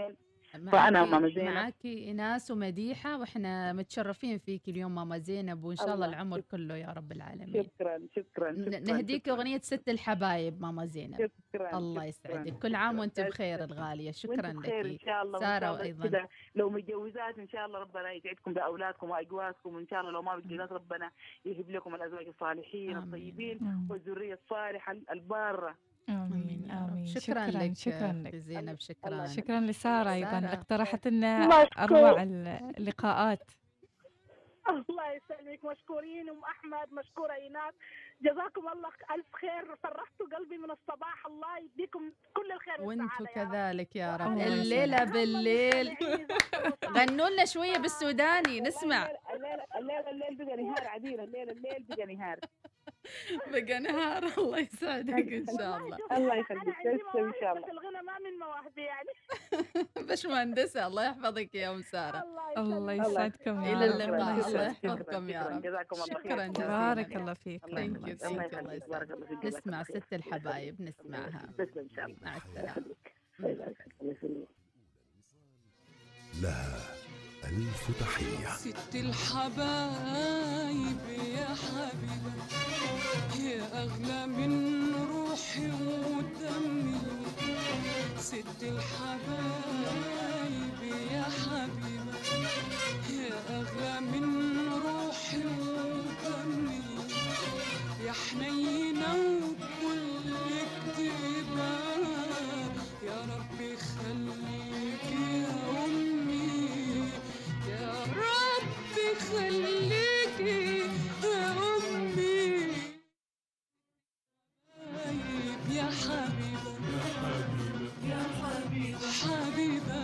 فانا ماما زينب معاكي ايناس ومديحه، واحنا متشرفين فيك اليوم ماما زينب، وان شاء الله العمر كله يا رب العالمين. شكرا شكرا, شكرا نهديك اغنيه ست الحبايب ماما زينب. شكرا الله يسعدك، كل عام وانت بخير الغاليه. شكرا لك ان شاء الله. ساره وايضا لو متجوزات ان شاء الله ربنا يسعدكم باولادكم واجوازكم، وان شاء الله لو ما متجوزات ربنا يهب لكم الازواج الصالحين الطيبين والذريه الصالحه الباره. آمين آمين. شكرا, شكرا لك شكرا لك زينب. شكرا شكرا لسارة أيضا، اقترحت لنا أروع اللقاءات. الله يسلمك، مشكورين. أم أحمد مشكورة، إيناس جزاكم الله ألف خير، فرحتوا قلبي من الصباح. الله يديكم كل الخير والسعادة وانتوا كذلك يا رب. الليلة بالليل غنوا لنا شوية بالسوداني نسمع. الليلة الليل بقى نهار عديل، الليلة الليل بقى نهار بقى نهار. الله يسعدك ان شاء الله. الله يخليك ان شاء الله. الغنى ما من مواهبي يعني. باش مهندسه. الله يحفظك يا ام ساره. الله يسعدكم الى اللقاء. الله يحفظكم يا رب. جزاكم الله خير. شكرا جزيلا. بارك الله فيك. الله يسعدك. نسمع ست الحبايب نسمعها. ان شاء الله. مع السلامه. لها ألف تحية. ست الحبايب يا حبيبة، يا أغلى من روحي ودمي. ست الحبايب يا حبيبة، يا أغلى من روحي ودمي. يا حنينة وكل كتيبة، يا ربي خليك يا أمي، يا ربي خليكي يا أمي. يا حبيبة يا حبيبة حبيبة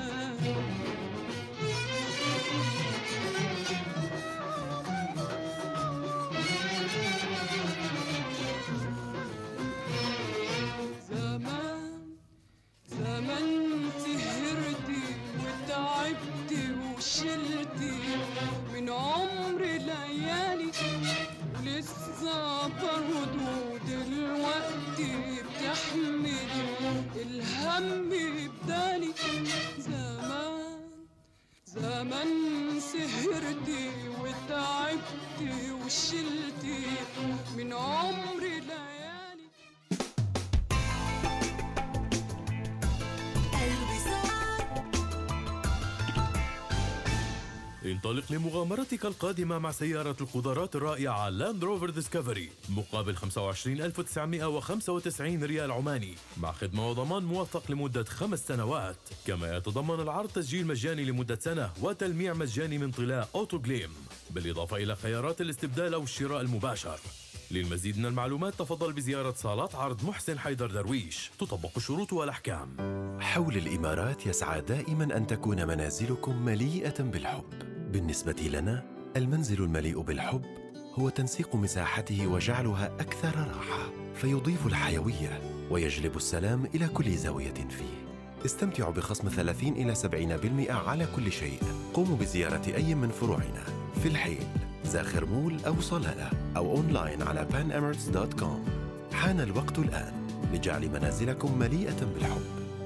زمان زمان سهرتي وتعبتي وشلتي من عمري ليالي، ولسه برضو دلوقتي بتحملي الهم بدالي. زمان زمان سهرتي وتعبتي وشلتي من عمري ليالي. انطلق لمغامرتك القادمة مع سيارة القدرات الرائعة لاند روفر ديسكفري مقابل خمسة وعشرين ألف وتسعمائة وخمسة وتسعين ريال عماني، مع خدمة وضمان موثق لمدة خمس سنوات. كما يتضمن العرض تسجيل مجاني لمدة سنة وتلميع مجاني من طلاء أوتو جليم، بالإضافة إلى خيارات الاستبدال أو الشراء المباشر. للمزيد من المعلومات تفضل بزيارة صالات عرض محسن حيدر درويش، تطبق الشروط والأحكام. حول الإمارات يسعى دائما أن تكون منازلكم مليئة بالحب. بالنسبة لنا المنزل المليء بالحب هو تنسيق مساحته وجعلها أكثر راحة، فيضيف الحيوية ويجلب السلام إلى كل زاوية فيه. استمتعوا بخصم ثلاثين إلى سبعين بالمئة على كل شيء. قوموا بزيارة أي من فروعنا في الحيل، زاخر مول أو صلالة، أو أونلاين على بان إميريتس دوت كوم. حان الوقت الآن لجعل منازلكم مليئة بالحب.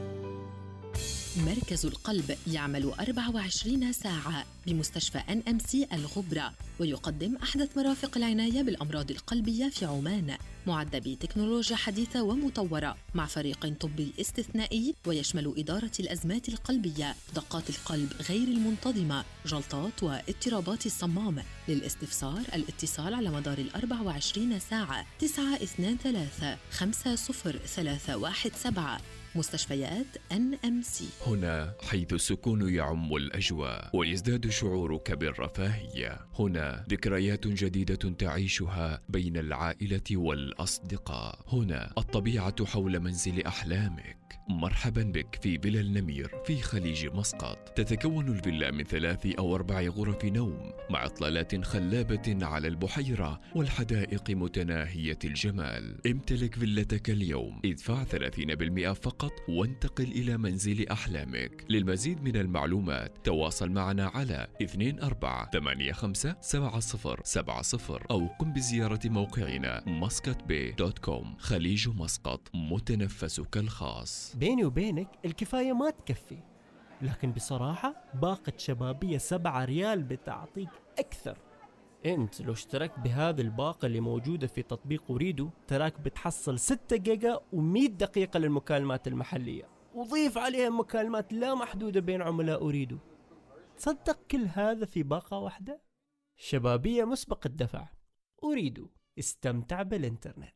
مركز القلب يعمل أربع وعشرين ساعة بمستشفى إن إم سي الغبرة، ويقدم أحدث مرافق العناية بالأمراض القلبية في عمان، معدة بتكنولوجيا حديثة ومطورة، مع فريق طبي استثنائي ويشمل إدارة الأزمات القلبية، دقات القلب غير المنتظمة، جلطات واضطرابات الصمام. للاستفسار الاتصال على مدار الأربع وعشرين ساعة تسعة اثنان ثلاثة خمسة صفر ثلاثة واحد سبعة. مستشفيات إن إم سي. هنا حيث السكون يعم الأجواء ويزداد شعورك بالرفاهية. هنا ذكريات جديدة تعيشها بين العائلة والأصدقاء. هنا الطبيعة حول منزل أحلامك. مرحبا بك في فيلا النمير في خليج مسقط. تتكون الفيلا من ثلاث أو أربع غرف نوم مع إطلالات خلابة على البحيرة والحدائق متناهية الجمال. امتلك فيلتك اليوم، ادفع ثلاثين بالمئة فقط وانتقل إلى منزل أحلامك. للمزيد من المعلومات تواصل معنا على اثنين أربعة ثمانية خمسة سبعة صفر سبعة صفر أو قم بزيارة موقعنا مسقط بي دوت كوم. خليج مسقط، متنفسك الخاص. بيني وبينك الكفاية ما تكفي، لكن بصراحة باقة شبابية سبعة ريال بتعطيك أكثر. انت لو اشتركت بهذه الباقة اللي موجودة في تطبيق أريدو تراك بتحصل ستة جيجا ومئة دقيقة للمكالمات المحلية، وضيف عليها مكالمات لا محدودة بين عملاء أريدو. تصدق كل هذا في باقة واحدة؟ شبابية مسبق الدفع. أريدو، استمتع بالإنترنت.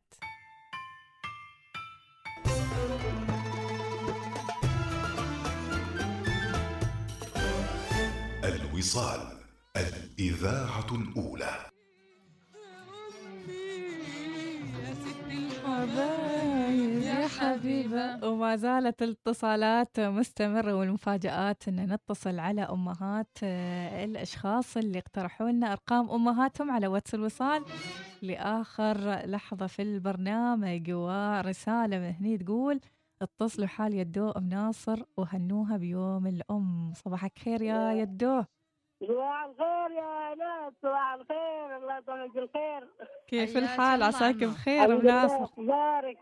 الوصال، الإذاعة الأولى. يا حبيبة، وما زالت الاتصالات مستمرة والمفاجآت أن نتصل على أمهات الأشخاص اللي اقترحوا لنا أرقام أمهاتهم على واتس الوصال لآخر لحظة في البرنامج. ورسالة من هني تقول اتصلوا حال يدو أم ناصر وهنوها بيوم الأم. صباحك خير يا يدو. صباح الخير يا ناس، صباح الخير، الله يطمنك بالخير. كيف الحال؟ عساك بخير ام ناصر؟ بارك.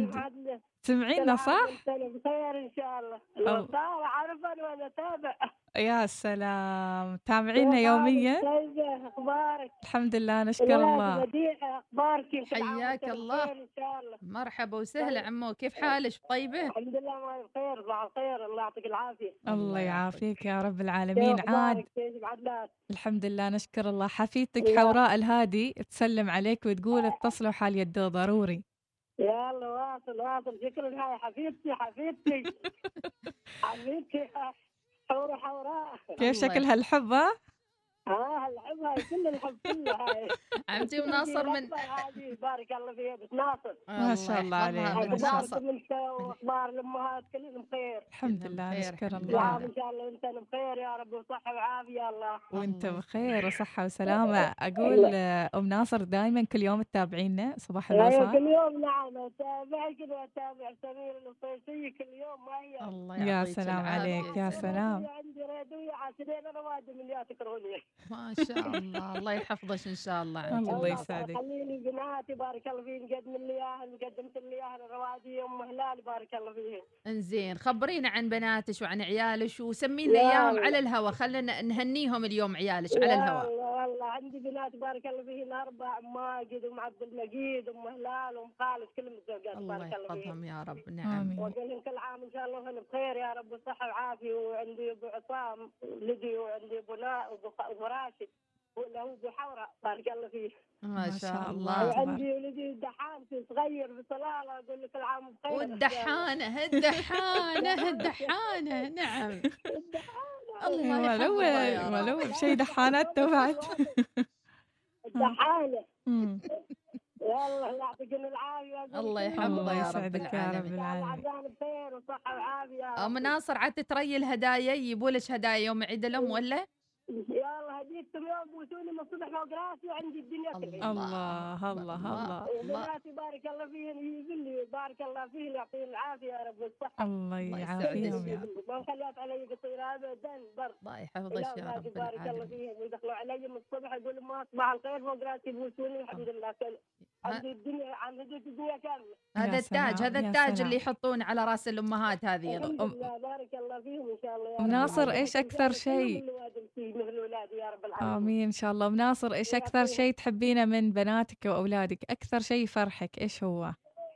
سمعينا صح؟ بخير ان شاء الله. الوصال عارفه وانا اتابع. يا سلام، تابعينا يوميا؟ اخبارك؟ الحمد لله نشكر الله. بديعه، اخبارك؟ حياك الله. ان شاء الله. مرحبا وسهلا عمو، كيف حالك؟ طيبه؟ الحمد لله ما بخير، صباح الخير، الله يعطيك العافيه. الله يعافيك يا رب العالمين. عاد الحمد لله نشكر الله. حفيدتك حوراء الهادي تسلم عليك وتقول اتصلوا حال يدو ضروري. يلا واصل واصل. شكرا هاي حفيدتي حفيدتي حفيدتي حورة حوراء. كيف شكل هالحب؟ ها؟ اه هالحب هاي كل الحب كله هاي. عمتي وناصر من بارك الله فيها بس ناصر. ما شاء الله عليك. اخباركم انت واخبار الامهات كلهم بخير؟ الحمد لله نشكر الله. الله. ان شاء الله انت بخير يا رب وصحه وعافيه الله. وانت بخير وصحه وسلامه. اقول ام ناصر دائما كل يوم تتابعينا صباح الوصال؟ كل يوم نعم اتابعك واتابع سمير القصيصي كل يوم ما هي. الله يا سلام عليك يا سلام. عندي راديو عشرين انا وادي من يا تكرهوني. ما شاء الله. الله يحفظك ان شاء الله. الله يسعدك. خليني بناتي بارك الله فيهم نقدم لي اياها قدمت لي اياها الروادي ام هلال بارك الله فيهم. انزين خبرينا عن بناتك وعن عيالك وسمينا اياهم على الهواء، خلينا نهنيهم اليوم عيالك على الهواء. والله عندي بنات بارك الله فيهن اربع، ام ماجد وام عبد المجيد وام هلال وام خالد كلهم متزوجات بارك الله فيهم. الله يحفظهم يا رب. نعم. واقول لهم كل عام ان شاء الله وهم بخير يا رب وصحه وعافيه. وعندي ابو عصام ولدي وعندي ابو ناء وابو راشد وله ابو حوراء بارك الله فيه. ما شاء الله. وعندي ولدي الدحان صغير بصلاله اقول لك العام بخير. والدحانه الدحانه الدحانه. نعم. الله يحفظها ولو ولو بشيء دحانات توعد. الدحانه. والله يعطيك العافيه. الله يحفظها يا رب العالمين. عشان بخير وصحه وعافيه. ام ناصر عاد تري الهدايا، يجيبوا لك هدايا يوم عيد الام ولا؟ يلا هديتكم يوم بوسوني من الصبح فوق راسي وعندي الدنيا كلها. الله الله الله. وبناتي بارك الله فيهن يقول لي بارك الله فيهن يعطيهم العافيه يا رب والصحه. الله يعافيهم يا رب. ما خليت علي قصيره ابدا بر. الله يحفظك يا رب بارك الله فيهم ويدخلوا علي من الصبح يقولوا ما صباح الخير فوق راسي بوسوني الحمد لله كل عندي الدنيا عن هديت الدنيا كامله. هذا التاج هذا التاج اللي يحطون على راس الامهات هذه. الحمد لله بارك الله فيهم ان شاء الله يا رب. ناصر ايش اكثر شيء؟ آمين إن شاء الله. مناصر إيش أكثر شيء تحبينه من بناتك وأولادك؟ أكثر شيء يفرحك إيش هو؟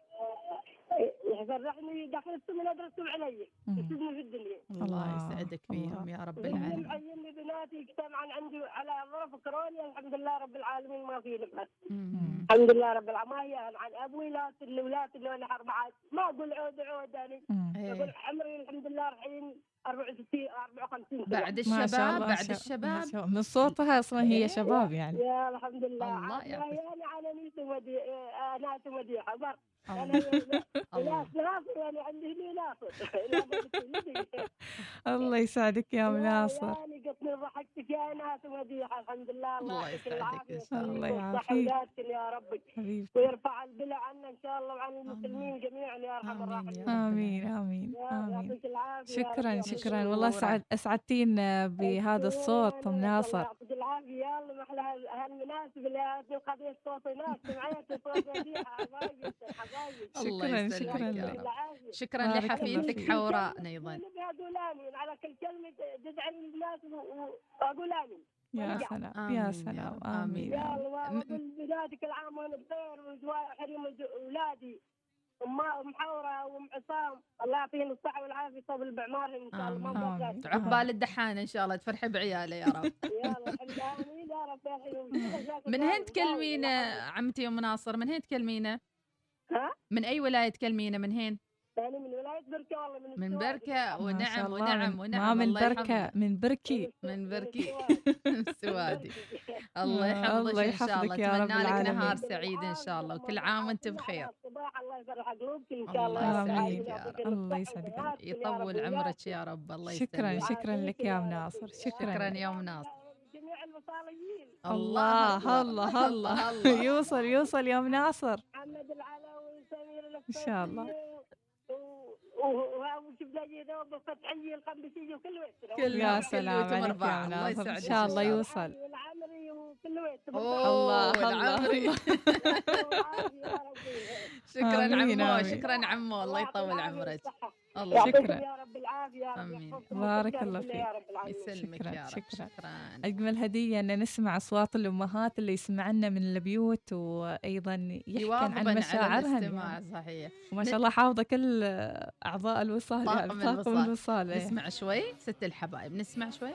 يفرحني دخلتهم مدرستهم علي يسدني في الدنيا. الله يسعدك فيهم يا رب العالمين. معيني بناتي اجتمعن عندي على ظرف كورونا الحمد لله رب العالمين ما في نفس. الحمد لله رب العالمين. عن أبوي لا الأولاد اللي أنا أربعة ما أقول عود عود أنا أقول عمري الحمد لله الحين أربعة وستين أربعة وخمسين. بعد الشباب بعد الشباب من صوتها أصلا هي شباب يعني. يا الحمد لله. الله يعافيك. أنا على نيت ودي أنا مديحة بر. أنا لا ناصر يعني عندي لي ناصر. الله يسعدك يا مناصر. يعني قطني ضحكتك يا ناس مديحة الحمد لله. الله يسعدك. الله يعافيك يا رب ويرفع البلاء عنا إن شاء الله وعن المسلمين جميعا يا أرحم الراحمين. آمين آمين آمين. العافية. شكرا شكرا والله سعد أسعدتينا بهذا الصوت أم ناصر. بالعافيه. يلا ما احلى هالمناسبه اللي في قضيه صوت ناس سمعت صوت مديحه حبايبي حبايبي. شكرا شكرا لك. شكرا لحفيدتك حوراء ايضا. اقول امين على كل كلمه تدعي الناس واقول امين. يا سلام يا سلام امين. يلا بدايه كل عام وانا بخير وحريم اولادي ام محوره وام عصام الله يعطيهم الصحه والعافيه طول بعمارهم ان شاء الله. ما عقبال الدحانه ان شاء الله تفرحي بعياله يا رب. يلا امين يا رب. من هين تكلمينا عمتي ام ناصر؟ من هين تكلمينا؟ ها؟ من اي ولايه تكلمينا؟ من هين؟ يعني من ولاية بركة والله من من بركة. ونعم ونعم ونعم. ما من بركة من بركي من بركي سوادي. الله يحفظك ان شاء الله. يا رب اتمنى لك العالمين. نهار سعيد ان شاء الله وكل عام وانت بخير. الله يفرح قلوبكم ان شاء الله. امين يا رب. الله يسعدك. يطول عمرك يا رب. الله يسعدك. شكرا شكرا لك يا ام ناصر. شكرا شكرا يا ام ناصر. جميع الوصاليين. الله الله الله. يوصل يوصل يا ام ناصر. محمد العلوي سمير ان شاء الله. وشفنا ذوب الفتحيه القنبسيه وكل وقت. يا سلام عليك يا ناصر. ان شاء الله يوصل. والعمري وكل وقت. الله الله. شكرا عمو. شكرا عمو. الله يطول عمرك. الله شكرا. يا رب العافيه يا رب. بارك الله فيك. يسلمك يا رب. شكرا. اجمل هديه ان نسمع اصوات الامهات اللي يسمعنا من البيوت وايضا يحكن عن مشاعرهم. يعني. صحيح. وما شاء الله حافظه كل اعضاء الوصال. طاقم يعني طاقم الوصال. نسمع شوي ست الحبايب. نسمع شوي.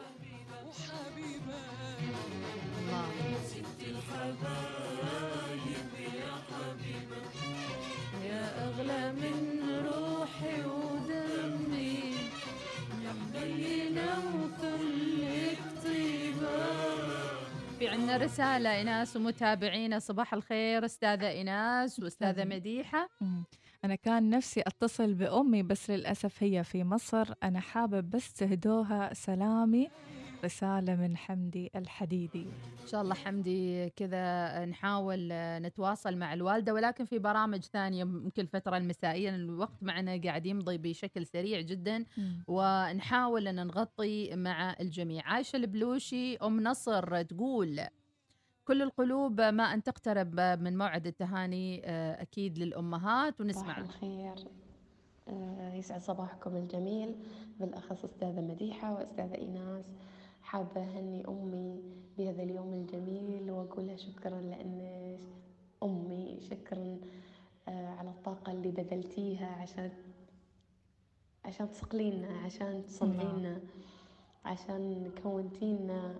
الله. ست الحبايب يا حبيبه يا اغلى من روحي ودمي يا مبينه وكلك طيبه. في عندنا رساله ايناس ومتابعينا. صباح الخير استاذه ايناس واستاذه مديحه. أنا كان نفسي أتصل بأمي بس للأسف هي في مصر. أنا حابب بس تهدوها سلامي. رسالة من حمدي الحديدي. إن شاء الله حمدي كذا نحاول نتواصل مع الوالدة ولكن في برامج ثانية ممكن الفترة المسائية الوقت معنا قاعد يمضي بشكل سريع جدا. م. ونحاول أن نغطي مع الجميع. عايشة البلوشي أم نصر تقول كل القلوب ما أن تقترب من موعد التهاني أكيد للأمهات. ونسمع. صباح الخير. يسعد صباحكم الجميل بالأخص أستاذة مديحة وأستاذة إيناس. حابة أهني أمي بهذا اليوم الجميل وأقول لها شكرا لأن أمي. شكرا على الطاقة اللي بذلتيها عشان عشان تسقلينا عشان تصنعينا عشان كونتينا.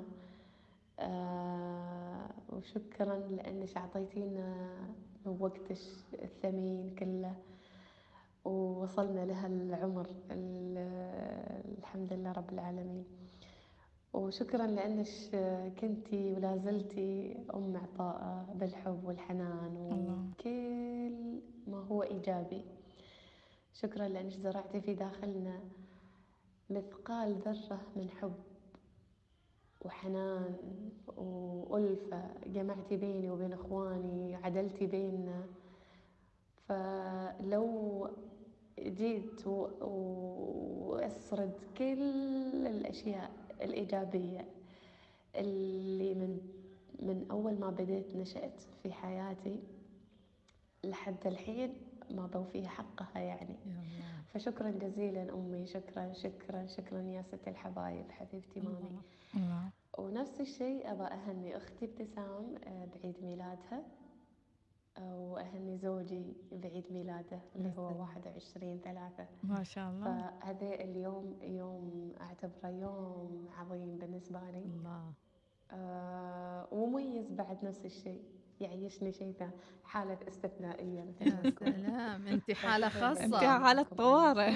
آه وشكرا لأنك أعطيتينا من وقتك الثمين كله ووصلنا لها العمر. الحمد لله رب العالمين. وشكرا لأنك كنتي ولا زلتي أم عطاء بالحب والحنان وكل ما هو إيجابي. شكرا لأنك زرعتي في داخلنا مثقال ذرة من حب وحنان وألفة. جمعتي بيني وبين إخواني عدلتي بيننا. فلو جيت وأسرد كل الأشياء الإيجابية اللي من من أول ما بديت نشأت في حياتي لحد الحين ما بوفيها حقها يعني. فشكرا جزيلا أمي. شكرا شكرا شكرا يا ست الحبايب حبيبتي مامي. الله. ونفس الشيء أبغى أهني أختي ابتسام بعيد ميلادها وأهني زوجي بعيد ميلاده اللي هو واحد وعشرين ثلاثة. ما شاء الله. فهذا اليوم يوم أعتبره يوم عظيم بالنسبة لي. الله. آه ومميز بعد نفس الشيء. يعيشني شيء حالة استثنائية. يا سلام انت حالة خاصة. انت حالة طوارئ.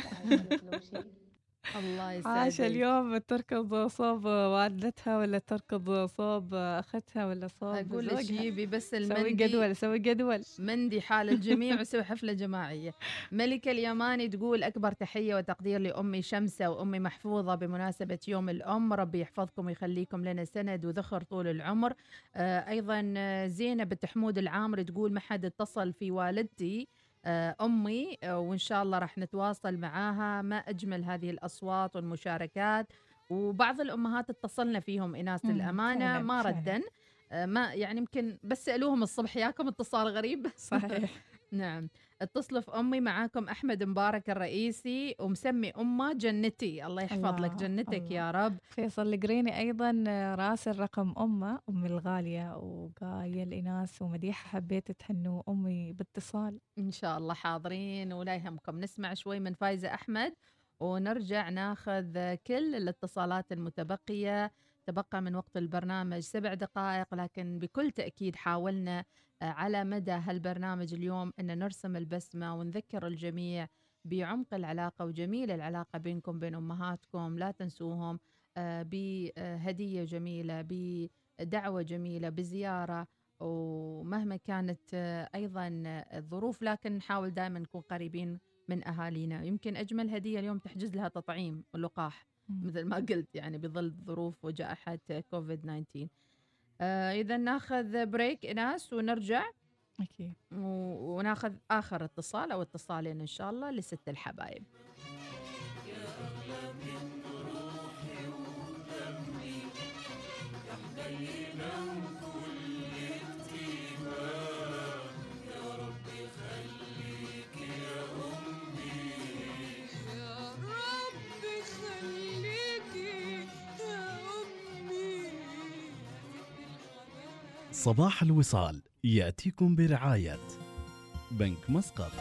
الله يسعدك. عاش اليوم تركض صوب والدتها ولا تركض صوب اختها ولا صوب اقول لك جيبي بس المندي. سوي جدول سوي جدول مندي حال الجميع وسوي حفلة جماعية. ملكة اليماني تقول أكبر تحية وتقدير لأمي شمسة وأمي محفوظة بمناسبة يوم الأم. ربي يحفظكم ويخليكم لنا سند وذخر طول العمر. آه أيضا زينب التحمود العامر تقول ما حد اتصل في والدتي أمي وإن شاء الله راح نتواصل معاها. ما أجمل هذه الأصوات والمشاركات وبعض الأمهات اتصلنا فيهم إناس الأمانة ما ردن، ما يعني يمكن بس سألوهم الصبح ياكم اتصال غريب. صحيح. نعم. اتصلوا في أمي، معاكم أحمد مبارك الرئيسي ومسمي أمه جنتي. الله يحفظ لك جنتك الله. يا رب. فيصل القريني أيضا راسل رقم أمه أمي الغالية، وقايل إناس ومديحة حبيت تهنوا أمي باتصال. إن شاء الله حاضرين ولا يهمكم. نسمع شوي من فايزة أحمد ونرجع ناخذ كل الاتصالات المتبقية. تبقى من وقت البرنامج سبع دقائق، لكن بكل تأكيد حاولنا على مدى هالبرنامج اليوم أن نرسم البسمة ونذكر الجميع بعمق العلاقة وجميل العلاقة بينكم بين أمهاتكم. لا تنسوهم بهدية جميلة، بدعوة جميلة، بزيارة، ومهما كانت أيضا الظروف لكن نحاول دائما نكون قريبين من أهالينا. يمكن أجمل هدية اليوم تحجز لها تطعيم ولقاح مثل ما قلت، يعني بظل ظروف وجائحة كوفيد تسعة عشر. آه إذا ناخذ بريك إناس ونرجع أكيد وناخذ آخر اتصال أو اتصالين إن شاء الله لست الحبايب. صباح الوصال يأتيكم برعاية بنك مسقط.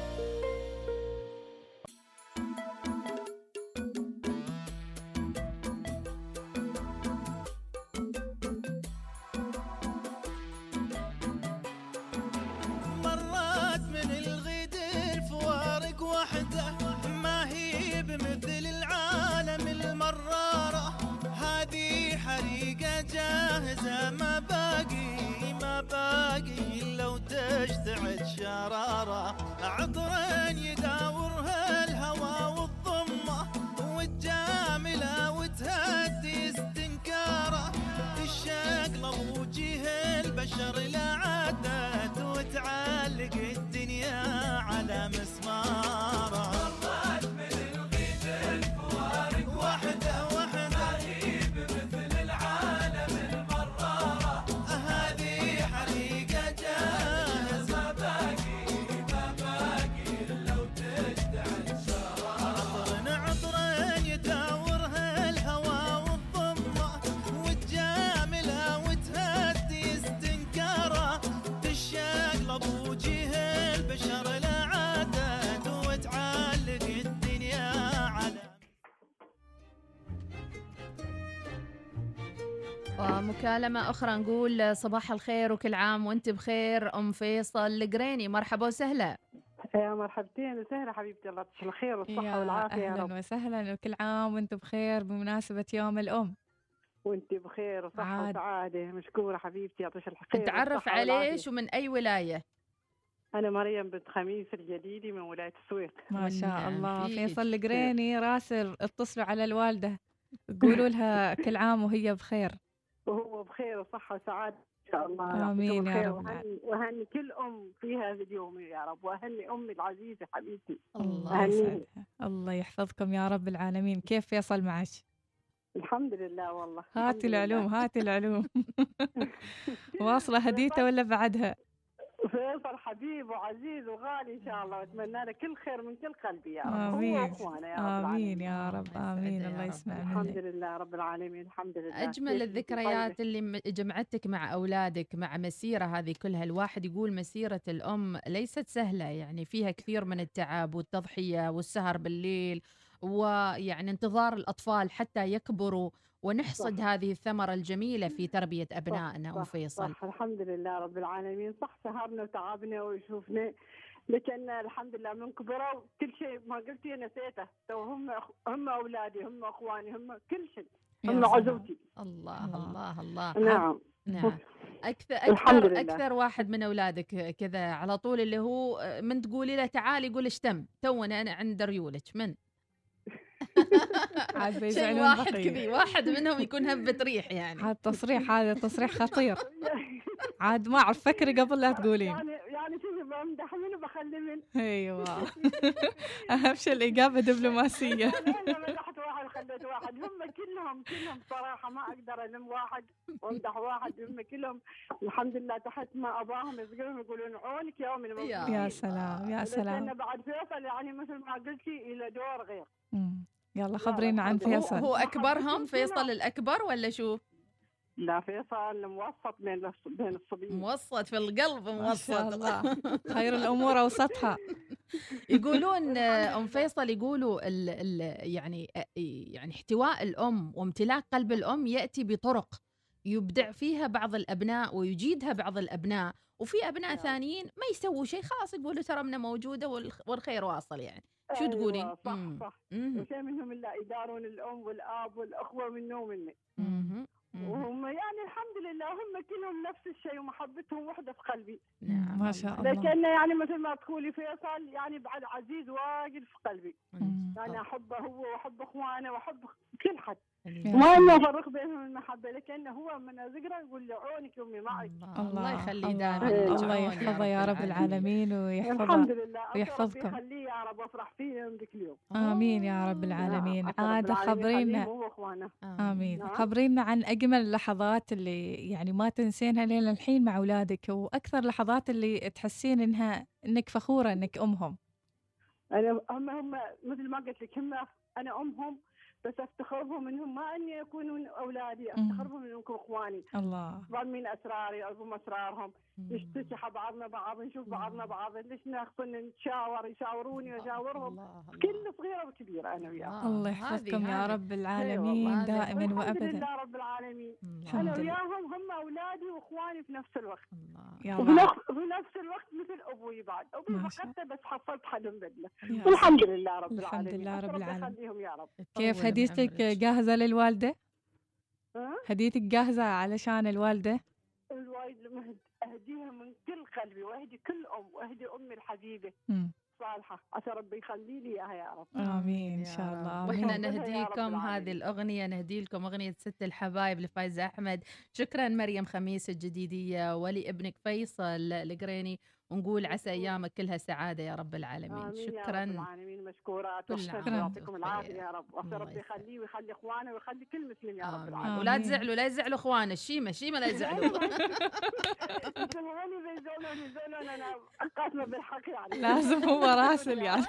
مرات من الغد الفوارق وحده ما هي بمثل العالم المرارة، هذه حريقة جاهزة ما باقي ما باقي لو تشتعل شرارة، عطرا يداورها الهوى والضمة والجاملة وتهدي استنكاره، تشقلب وجه البشر لعادات وتعلق الدنيا على مسماره. ومكالمة أخرى نقول صباح الخير وكل عام وانت بخير أم فيصل القريني. مرحبا وسهلا. يا مرحبتين وسهلا حبيبتي، الله يعطيك الخير والصحة والعافية يا رب. أهلا وسهلا وكل عام وانت بخير بمناسبة يوم الأم. وانت بخير وصحة وسعادة. مشكورة حبيبتي، يعطيك الخير. نتعرف عليش ومن أي ولاية؟ أنا مريم بنت خميس الجديدي من ولاية السويق. ما شاء الله. فيصل القريني راسل اتصلوا على الوالدة قولوا لها كل عام وهي بخير. وهو بخير وصحة وسعادة إن شاء الله. آمين يا رب. وهني, وهني كل أم في هذا اليوم يا رب، وهني أمي العزيزة حبيبتي. الله يسعدها. الله يحفظكم يا رب العالمين. كيف فيصل معك؟ الحمد لله والله. هاتي العلوم هاتي العلوم. واصلة هديته ولا بعدها؟ فيصل حبيب وعزيز وغالي إن شاء الله، وأتمنى له كل خير من كل قلبي يا رب. آمين. هو وأخوانا يا رب. آمين يا رب. آمين. الله يسمع منك. الحمد لله رب العالمين. الحمد لله. أجمل الذكريات اللي جمعتك مع أولادك مع مسيرة هذه كلها. الواحد يقول مسيرة الأم ليست سهلة، يعني فيها كثير من التعب والتضحية والسهر بالليل، ويعني انتظار الأطفال حتى يكبروا ونحصد صح. هذه الثمرة الجميلة في تربية أبنائنا. أم فيصل صح. الحمد لله رب العالمين. صح سهرنا وتعبنا وشوفنا، لكن الحمد لله من كبروا كل شيء ما قلتي نسيته. تو هم هم أولادي، هم أخواني، هم كل شيء، هم عزوتي. الله الله الله. نعم نعم. أكثر أكثر أكثر واحد من أولادك كذا على طول اللي هو من تقولي له تعالي يقول اشتم تونا أنا عند ريولك من شيء واحد كذي، واحد منهم يكون هبة ريح يعني. هذا تصريح هذا تصريح خطير. عاد ما أعرف فكري قبل لا تقولين. يعني يعني شو بمدح من وبخلي من. أيوة. أهم شيء الإجابة دبلوماسية. أنا مدحت واحد خليت واحد، هم كلهم كلهم صراحه ما اقدر الم واحد وامدح واحد، هم كلهم الحمد لله تحت ما اباهم يصقلون يقولون عونك يا امي. يا سلام يا سلام. بعد فيصل يعني مثل ما قلتي الى دور غير. مم. يلا خبرينا عن فيصل. هو اكبرهم فيصل الاكبر ولا شو؟ لا فيصل موسط بين بين الصبيين، موسط في القلب موسط. ما شاء الله. خير الامور اوسطها. يقولون ام فيصل يقولوا ال ال يعني يعني احتواء الام وامتلاك قلب الام ياتي بطرق يبدع فيها بعض الابناء ويجيدها بعض الابناء، وفي ابناء نعم. ثانيين ما يسووا شيء، خلاص يقولوا ترى امنا موجوده والخير واصل يعني. شو أيوة تقولين؟ صح مم. صح. وشيء منهم الا يدارون الام والاب والاخوه منه ومني. وهم يعني الحمد لله هم كلهم نفس الشيء ومحبتهم وحده في قلبي. نعم ما شاء الله. لكن يعني مثل ما تقولي فيصل يعني بعد عزيز واجد في قلبي. مم. يعني احبه هو واحب اخوانه واحب كل حد. ما افرق بينهم المحبه، لكن هو من ازقره يقول له عونك امي معك. الله يخليه دائما. الله يحفظه يا رب العالمين ويحفظه الحمد لله ويحفظكم. يخليه يا رب افرح فيهم ذيك اليوم. امين يا رب العالمين. عاد خبرينا امين خبرينا عن اجمل اللحظات اللي يعني ما تنسينها لين الحين مع اولادك، واكثر لحظات اللي تحسين انها انك فخوره انك امهم. انا هم هم مثل ما قلت لك هم انا امهم، بس افتخرهم انهم ما اني يكونون اولادي، افتخرهم انهم اخواني. الله. ضامنين اسراري اعظم اسرارهم، نشتكي بعضنا بعض، نشوف بعضنا بعض، ليش ناخذ نتشاور، يشاوروني واشاورهم كل صغيره وكبيره انا وياهم. الله يحفظكم يا رب العالمين دائما وابدا. الحمد لله رب العالمين. انا وياهم هم اولادي واخواني في نفس الوقت. يا وفي نفس الوقت مثل ابوي بعد، ابوي فقدته بس حصلت حدا بدله. والحمد لله رب العالمين. الحمد لله رب العالمين. يخليهم يا رب. كيف هديتك جاهزة للوالدة؟ هديتك جاهزة علشان الوالدة؟ الوالدة أهديها من كل قلبي، وأهدي كل أم، وأهدي أمي الحبيبة صالحة، عسى ربي يخلي لي إياها يا رب. آمين إن شاء الله. وإحنا نهديكم هذه الأغنية، نهدي لكم أغنية ست الحبايب لفايزة أحمد. شكرا مريم خميس الجديدية ولابنك فيصل القريني، ونقول عسى أيامك كلها سعادة يا رب العالمين. آمين شكرا يا رب العالمين، مشكورات وشكرا، يعطيكم العافية يا رب، وعسى ربي يخليه ويخلي إخوانه ويخلي كل مسلم يا رب العالمين. ولا تزعلوا لا يزعلوا إخوانه، الشيمة الشيمة لا يزعلوا. يزعلوني بيزعلون يزعلون أنا قاسمة بالحق يعني. لازم هو راسل يعني.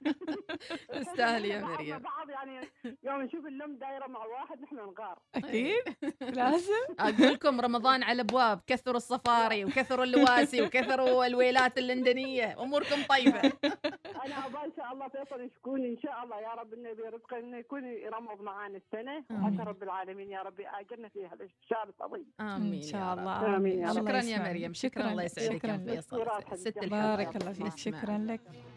تستاهلي يا مريم. بعض يعني يوم نشوف اللم دايرة مع واحد نحن نغار. أكيد لازم. أقول لكم رمضان على الأبواب، كثروا الصفاري وكثروا اللواسي وكثروا الويلات اللندنية، أموركم طيبة. أنا أبغى إن شاء الله فيصل يكون إن شاء الله يا رب إنه برزقه إنه يكون يرمض معانا السنة، وعسى رب العالمين يا رب يأجرنا في هذا الشهر الطويل. آمين إن شاء الله. آمين يا رب. شكرا يا مريم. شكرا الله يسعدك يا فيصل. ست الحبايب. بارك الله فيك. شكرا لك.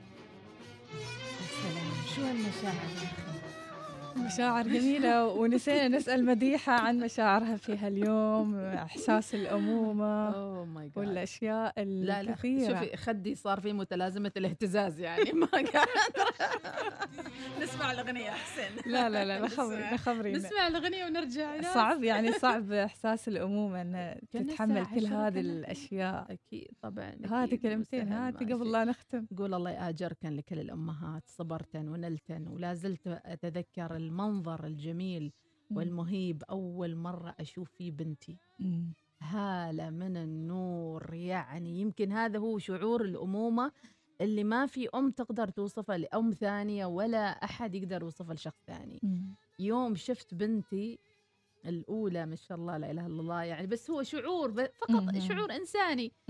شو هالمشاعر؟ مشاعر جميلة، ونسينا نسأل مديحة عن مشاعرها في هاليوم، إحساس الأمومة والأشياء الكثيرة. لا لا شوفي خدي صار في متلازمة الاهتزاز يعني ما قادرة. نسمع الأغنية أحسن. لا لا لا نخبري نخبري نسمع الأغنية ونرجع. صعب يعني صعب إحساس الأمومة أن تتحمل كل هذه الأشياء. أكيد طبعا. هذه كلمتين هاتي قبل لا نختم. قول الله يأجركن لكل الأمهات، صبرتن ونلتن، ولا زلت أتذكر المنظر الجميل والمهيب أول مرة أشوف فيه بنتي. مم. هالة من النور، يعني يمكن هذا هو شعور الأمومة اللي ما في أم تقدر توصفه لأم ثانية، ولا أحد يقدر يوصفه لشخص ثاني. مم. يوم شفت بنتي الأولى ما شاء الله لا إله إلا الله، يعني بس هو شعور فقط، مم. شعور إنساني